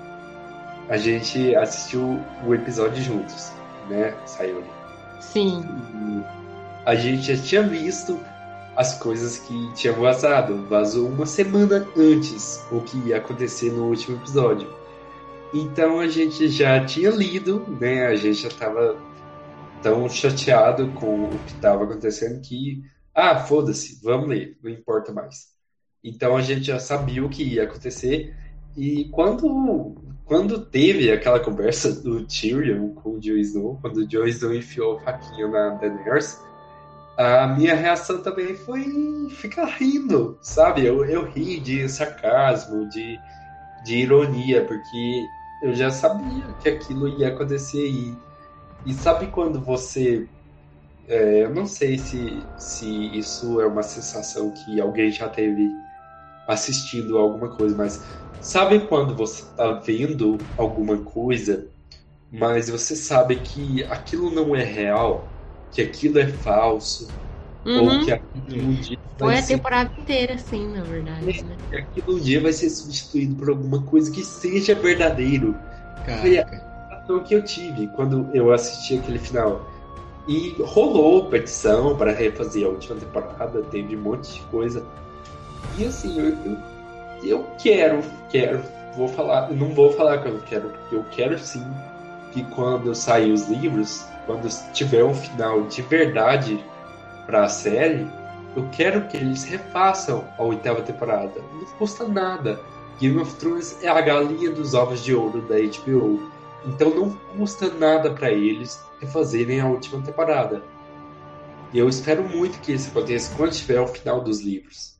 a gente assistiu o episódio juntos, né, Sayuri? Sim, E a gente já tinha visto as coisas que tinham vazado. Vazou uma semana antes o que ia acontecer no último episódio. Então a gente já tinha lido, né? A gente já estava tão chateado com o que estava acontecendo que, ah, foda-se, vamos ler, não importa mais. Então a gente já sabia o que ia acontecer. E quando, quando teve aquela conversa do Tyrion com o Jon Snow, quando o Jon Snow enfiou o faquinha na Daenerys, a minha reação também foi ficar rindo, sabe? Eu, eu ri de sarcasmo, de, de ironia, porque eu já sabia que aquilo ia acontecer. E, e sabe quando você... é, eu não sei se, se isso é uma sensação que alguém já teve assistindo alguma coisa, mas sabe quando você tá vendo alguma coisa, mas você sabe que aquilo não é real, que aquilo é falso, Uhum. Ou que aquilo um dia Foi vai a ser, temporada inteira, sim, na verdade, né? que aquilo um dia vai ser substituído por alguma coisa que seja verdadeiro. Foi a Caraca. sensação que eu tive quando eu assisti aquele final. E rolou petição para refazer a última temporada, teve um monte de coisa. E assim, eu, eu, eu quero, quero, vou falar, eu não vou falar que eu quero, porque eu quero sim que quando sair os livros, quando tiver um final de verdade para a série, eu quero que eles refaçam a oitava temporada. Não custa nada. Game of Thrones é a galinha dos ovos de ouro da H B O. Então não custa nada para eles refazerem a última temporada. E eu espero muito que isso aconteça quando tiver o final dos livros.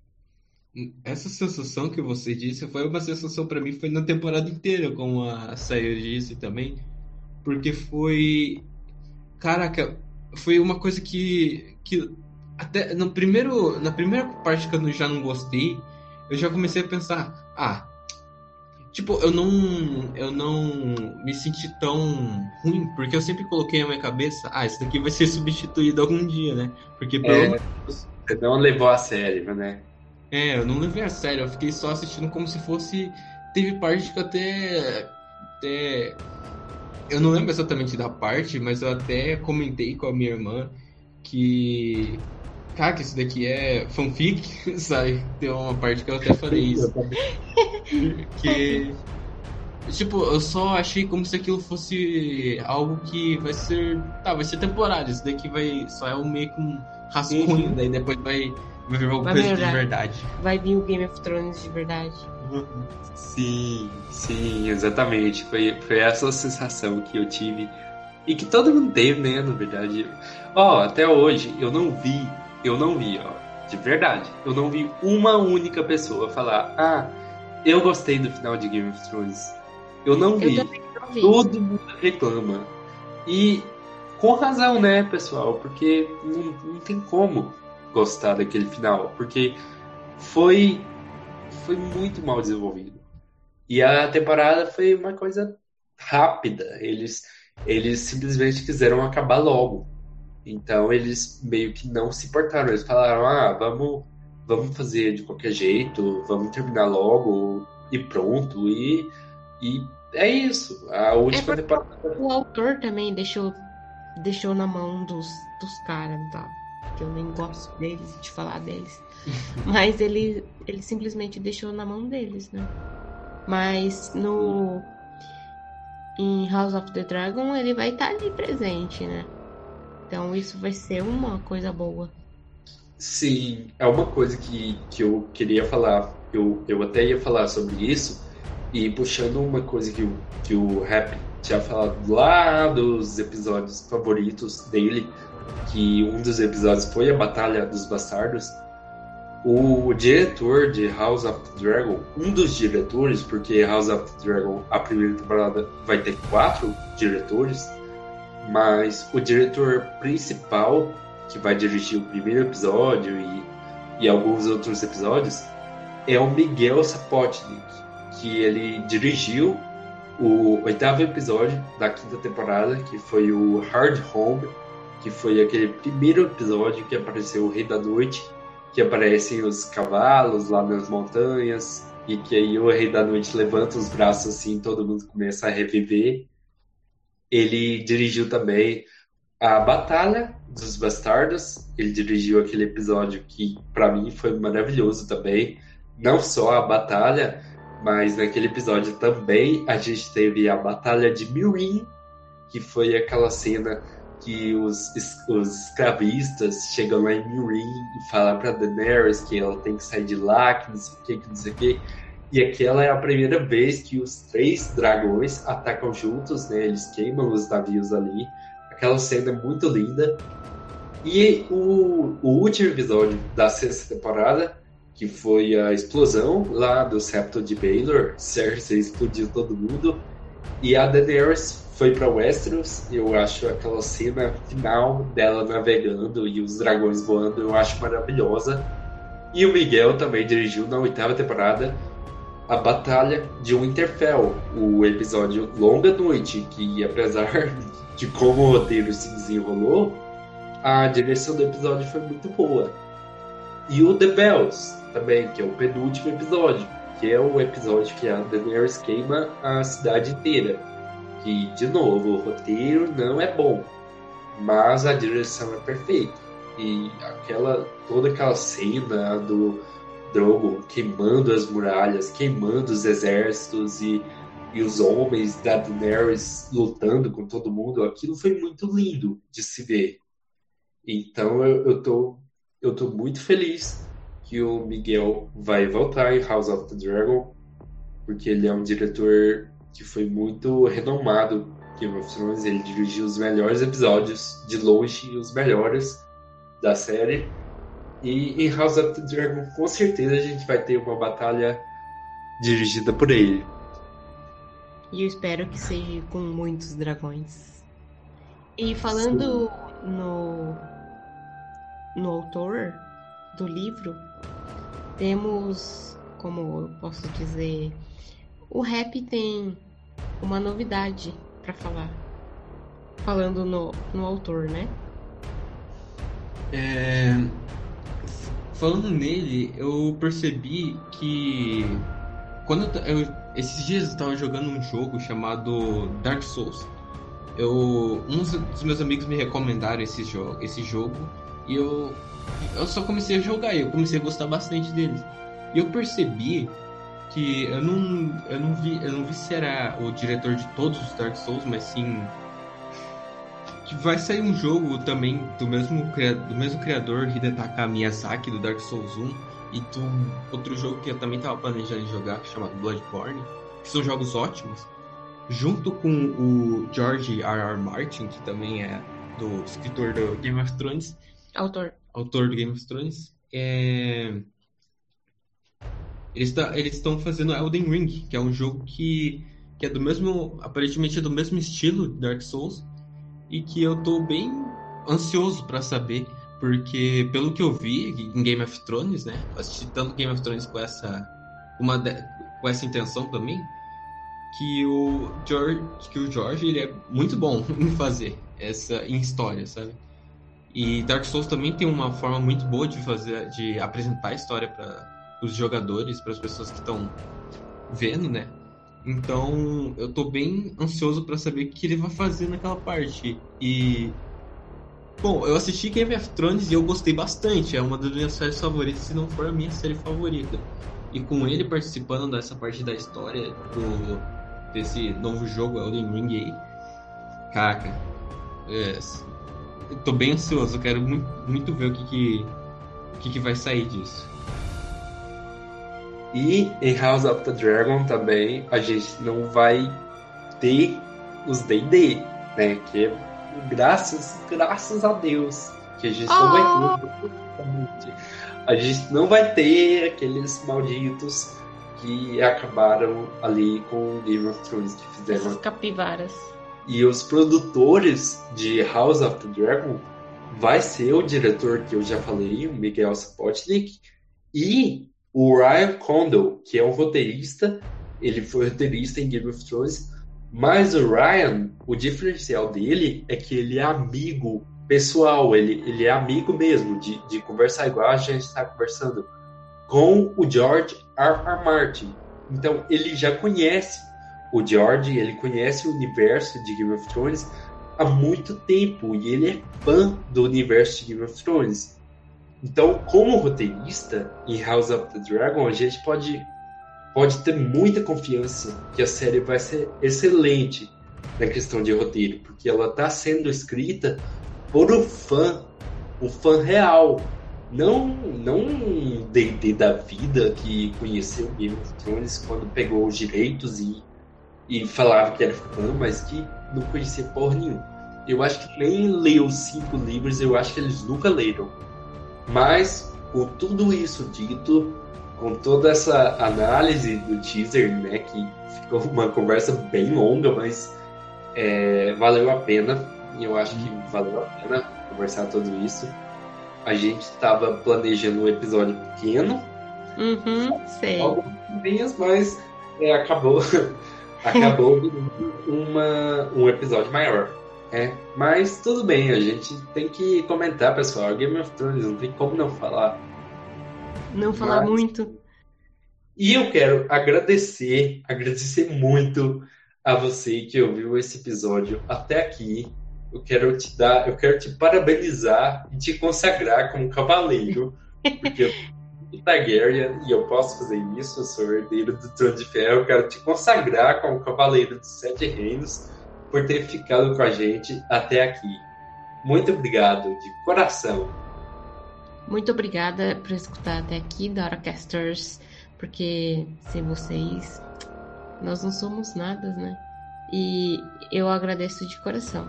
Essa sensação que você disse foi uma sensação pra mim, foi na temporada inteira, como a Sayuri disse também, porque foi, caraca, foi uma coisa que, que até no primeiro, na primeira parte que eu já não gostei, eu já comecei a pensar, ah, tipo, eu não, eu não me senti tão ruim, porque eu sempre coloquei na minha cabeça, ah, isso daqui vai ser substituído algum dia, né? Porque pelo É, menos você não levou a sério, né? é, eu não levei a sério, eu fiquei só assistindo como se fosse. Teve parte que eu até. até... Eu não lembro exatamente da parte, mas eu até comentei com a minha irmã que. Cara, que isso daqui é fanfic, sabe? Tem uma parte que eu até falei isso. Que. Tipo, eu só achei como se aquilo fosse algo que vai ser. Tá, vai ser temporário. Isso daqui vai. Só é um meio que um rascunho, Uhum. daí depois vai. Vai virar alguma Vai coisa de melhorar. verdade. Vai vir o Game of Thrones de verdade. Sim, sim, exatamente. Foi, foi essa sensação que eu tive. E que todo mundo teve, né, na verdade. Ó, até hoje, eu não vi, eu não vi, ó, de verdade, eu não vi uma única pessoa falar, ah, eu gostei do final de Game of Thrones. Eu não vi. Eu também não vi. Todo mundo reclama. E com razão, né, pessoal? Porque não, não tem como gostar daquele final. Porque foi, foi muito mal desenvolvido. E a temporada foi uma coisa rápida. Eles, eles simplesmente quiseram acabar logo. Então eles meio que não se importaram. Eles falaram, ah, vamos, vamos fazer de qualquer jeito, vamos terminar logo e pronto. E, e é isso. A última É porque temporada. o autor também deixou, deixou na mão dos, dos caras, tá? Que eu nem gosto deles, de falar deles. Mas ele, ele simplesmente deixou na mão deles, né? Mas no em House of the Dragon ele vai estar ali presente, né? Então isso vai ser uma coisa boa. Sim, é uma coisa que, que eu queria falar. Eu, eu até ia falar sobre isso. E puxando uma coisa que, o- que o Rap tinha falado lá dos episódios favoritos dele, que um dos episódios foi a Batalha dos Bastardos. O diretor de House of the Dragon, um dos diretores, porque House of the Dragon, a primeira temporada vai ter quatro diretores, mas o diretor principal, que vai dirigir o primeiro episódio e, e alguns outros episódios, é o Miguel Sapochnik, que ele dirigiu o oitavo episódio da quinta temporada, que foi o Hard Home, que foi aquele primeiro episódio que apareceu o Rei da Noite, que aparecem os cavalos lá nas montanhas, e que aí o Rei da Noite levanta os braços assim, todo mundo começa a reviver. Ele dirigiu também a Batalha dos Bastardos, ele dirigiu aquele episódio que para mim foi maravilhoso também, não só a batalha, mas naquele episódio também a gente teve a Batalha de Meereen, que foi aquela cena que os, es- os escravistas chegam lá em Meereen e falam pra Daenerys que ela tem que sair de lá, que não sei o que, que não sei o que. E aquela é a primeira vez que os três dragões atacam juntos, né? Eles queimam os navios ali. Aquela cena é muito linda. E o, o último episódio da sexta temporada, que foi a explosão lá do septo de Baelor, Cersei explodiu todo mundo, e a Daenerys foi para Westeros. Eu acho aquela cena final dela navegando e os dragões voando, eu acho maravilhosa. E o Miguel também dirigiu na oitava temporada a Batalha de Winterfell, o episódio Longa Noite, que apesar de como o roteiro se desenrolou, a direção do episódio foi muito boa. E o The Bells também, que é o penúltimo episódio, que é o episódio que a Daenerys queima a cidade inteira. Que, de novo, o roteiro não é bom, mas a direção é perfeita. E aquela, toda aquela cena do Drogon queimando as muralhas, queimando os exércitos e, e os homens da Daenerys lutando com todo mundo, aquilo foi muito lindo de se ver. Então eu, eu, tô, eu tô muito feliz que o Miguel vai voltar em House of the Dragon, porque ele é um diretor que foi muito renomado em Game of Thrones. Ele dirigiu os melhores episódios, de longe os melhores da série. E em House of the Dragon, com certeza, a gente vai ter uma batalha dirigida por ele. E eu espero que seja com muitos dragões. E falando no, no autor do livro, temos, como eu posso dizer, o rap tem uma novidade pra falar. Falando no, no autor, né? É... Falando nele, eu percebi que quando eu, eu, esses dias eu tava jogando um jogo chamado Dark Souls. Eu, uns dos meus amigos me recomendaram esse jogo, esse jogo e eu, eu só comecei a jogar e eu comecei a gostar bastante dele. E eu percebi que eu não, eu não vi, eu não vi se era o diretor de todos os Dark Souls, mas sim que vai sair um jogo também do mesmo, do mesmo criador, Hidetaka Miyazaki, do Dark Souls um, e do outro jogo que eu também estava planejando jogar, chamado Bloodborne, que são jogos ótimos, junto com o George R R. Martin, que também é do escritor do Game of Thrones. Autor. Autor do Game of Thrones. É... Eles tá, eles estão fazendo Elden Ring, que é um jogo que, que é do mesmo, aparentemente é do mesmo estilo de Dark Souls, e que eu tô bem ansioso pra saber, porque pelo que eu vi em Game of Thrones, né, eu assisti tanto Game of Thrones com essa, uma de, com essa intenção também, que o George, que o George ele é muito bom em fazer essa em história, sabe? E Dark Souls também tem uma forma muito boa de fazer, de apresentar a história para os jogadores, para as pessoas que estão vendo, né? Então, eu tô bem ansioso pra saber o que ele vai fazer naquela parte. E... Bom, eu assisti Game of Thrones e eu gostei bastante. É uma das minhas séries favoritas, se não for a minha série favorita. E com ele participando dessa parte da história, do, desse novo jogo, Elden Ring aí, caraca, é, eu tô bem ansioso. Eu quero muito, muito ver o que que, o que que vai sair disso. E em House of the Dragon também a gente não vai ter os D e D, né? Que é graças, graças a Deus que a gente oh. não vai ter. A gente não vai ter aqueles malditos que acabaram ali com Game of Thrones, que fizeram. Essas capivaras. E os produtores de House of the Dragon vai ser o diretor que eu já falei, o Miguel Sapochnik, e o Ryan Condal, que é um roteirista. Ele foi roteirista em Game of Thrones, mas o Ryan, o diferencial dele é que ele é amigo pessoal, ele, ele é amigo mesmo, de, de conversar igual a gente está conversando, com o George R R. Martin. Então ele já conhece o George, ele conhece o universo de Game of Thrones há muito tempo, e ele é fã do universo de Game of Thrones. Então, como roteirista em House of the Dragon, a gente pode, pode ter muita confiança que a série vai ser excelente na questão de roteiro, porque ela está sendo escrita por um fã, um fã real, não, não um D e D da vida que conheceu Game of Thrones quando pegou os direitos e, e falava que era fã, mas que não conhecia porra nenhuma. Eu acho que nem leu os cinco livros, eu acho que eles nunca leram. Mas, com tudo isso dito, com toda essa análise do teaser, né, que ficou uma conversa bem longa, mas é, valeu a pena. Eu acho que valeu a pena conversar tudo isso. A gente estava planejando um episódio pequeno, uhum, sei. algumas coisinhas, mas é, acabou, acabou uma, um episódio maior. É, mas tudo bem, a gente tem que comentar, pessoal. Game of Thrones, não tem como não falar. Não falar Mas- muito. E eu quero agradecer, agradecer muito a você que ouviu esse episódio até aqui. Eu quero te dar, eu quero te parabenizar e te consagrar como cavaleiro, porque eu sou Targaryen e eu posso fazer isso, eu sou herdeiro do Trono de Ferro. Eu quero te consagrar como cavaleiro dos Sete Reinos por ter ficado com a gente até aqui. Muito obrigado, de coração. Muito obrigada por escutar até aqui, DoraCasters, porque sem vocês nós não somos nada, né? E eu agradeço de coração.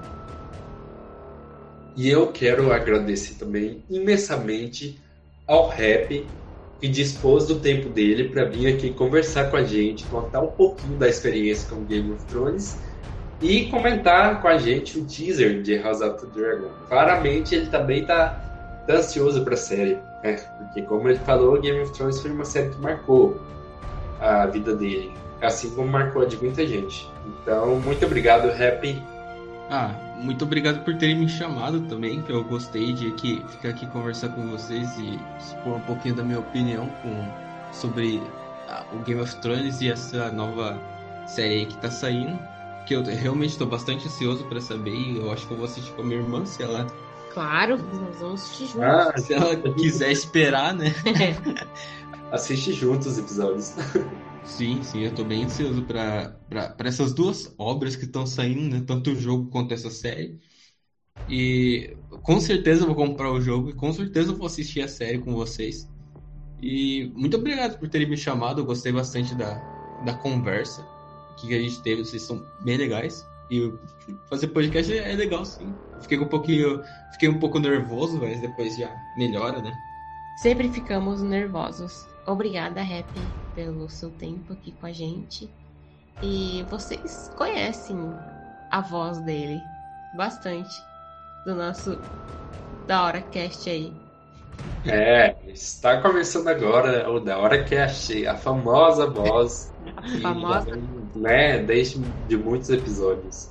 E eu quero agradecer também imensamente ao Rap, que dispôs do tempo dele para vir aqui conversar com a gente, contar um pouquinho da experiência com Game of Thrones e comentar com a gente o teaser de House of the Dragon. Claramente ele também tá, tá ansioso para a série, né? Porque como ele falou, Game of Thrones foi uma série que marcou a vida dele, assim como marcou a de muita gente. Então, muito obrigado, Rap. Ah, muito obrigado por terem me chamado também, que eu gostei de aqui, ficar aqui conversar com vocês e expor um pouquinho da minha opinião com, sobre ah, o Game of Thrones e essa nova série aí que tá saindo, que eu realmente tô bastante ansioso pra saber e eu acho que eu vou assistir com a minha irmã, se ela, Claro, nós vamos assistir juntos. Ah, se ela quiser esperar, né? assiste juntos os episódios. Sim, sim, eu tô bem ansioso pra, pra, pra essas duas obras que estão saindo, né? Tanto o jogo quanto essa série. E com certeza eu vou comprar o jogo e com certeza eu vou assistir a série com vocês. E muito obrigado por terem me chamado, eu gostei bastante da, da conversa que a gente teve, vocês são bem legais. E fazer podcast é legal, sim. Fiquei um pouquinho, fiquei um pouco nervoso, mas depois já melhora, né? Sempre ficamos nervosos. Obrigada, Rap, pelo seu tempo aqui com a gente. E vocês conhecem a voz dele bastante, do nosso Da Hora Cast aí. É, está começando agora o Da Hora Cast, a famosa voz, A que famosa. já vem, né, desde de muitos episódios.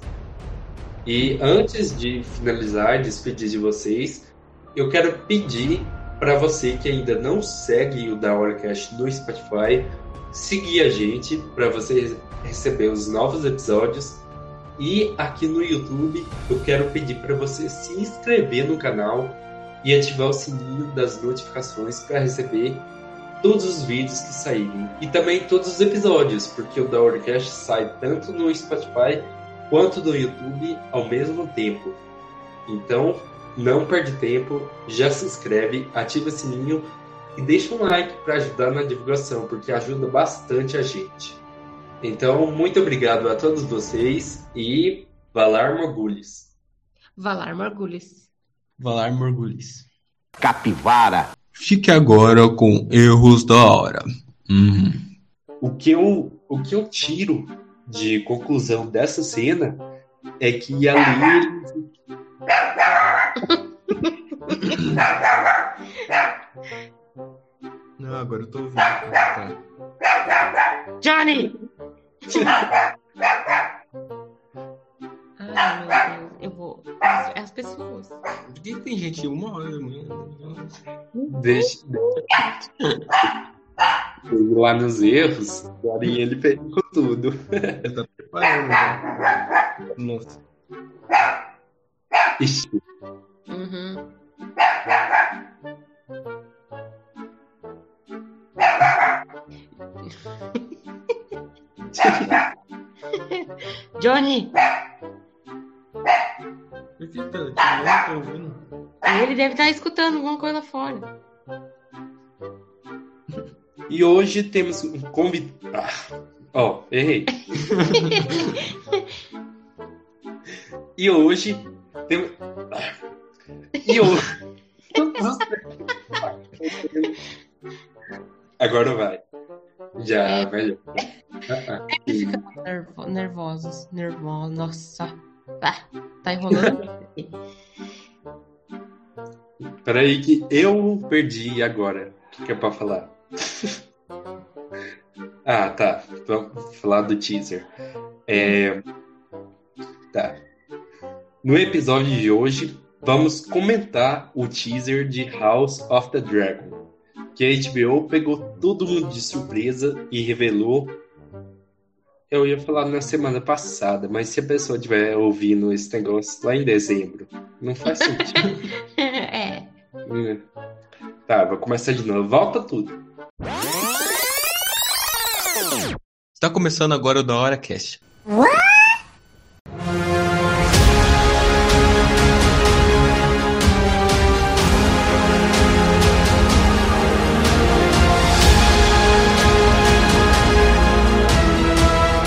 E antes de finalizar e despedir de vocês, eu quero pedir para você que ainda não segue o Da Hora Cast no Spotify, seguir a gente para você receber os novos episódios. E aqui no YouTube, eu quero pedir para você se inscrever no canal e ativar o sininho das notificações para receber todos os vídeos que saírem. E também todos os episódios, porque o Da Hora Cast sai tanto no Spotify quanto no YouTube ao mesmo tempo. Então, não perde tempo, já se inscreve, ativa o sininho e deixa um like para ajudar na divulgação, porque ajuda bastante a gente. Então, muito obrigado a todos vocês e Valar Morgulhos. Valar Morgulhos. Valar Morgulhos. Capivara. Fique agora com Erros da Hora. Uhum. O que eu, o que eu tiro de conclusão dessa cena é que ali Não, agora eu tô ouvindo. Tá. Johnny! Ai, meu Deus, eu vou. As, as pessoas. Por que tem gente uma hora da manhã? deixa, deixa eu ir lá nos erros, agora ele pegou com tudo. Eu tô preparando já. Nossa. Ixi, Uhum. Johnny! Por que tá? Eu tô ouvindo. Ele deve estar escutando alguma coisa lá fora. e hoje temos um convidado. Ah, ó, errei. E hoje temos. E hoje. Agora vai. Já, velho. Ah, ah. Ficamos nervo- nervosos. Nervosos. Nossa. Ah, tá enrolando? Peraí, que eu perdi agora. O que, que é pra falar? Ah, tá. Vamos falar do teaser. É... Tá. No episódio de hoje, vamos comentar o teaser de House of the Dragon, que a H B O pegou todo mundo de surpresa e revelou. Eu ia falar na semana passada, mas se a pessoa estiver ouvindo esse negócio lá em dezembro, não faz sentido. É. Hum. Tá, vou começar de novo. Volta tudo. Está começando agora o Da Hora Cast. What?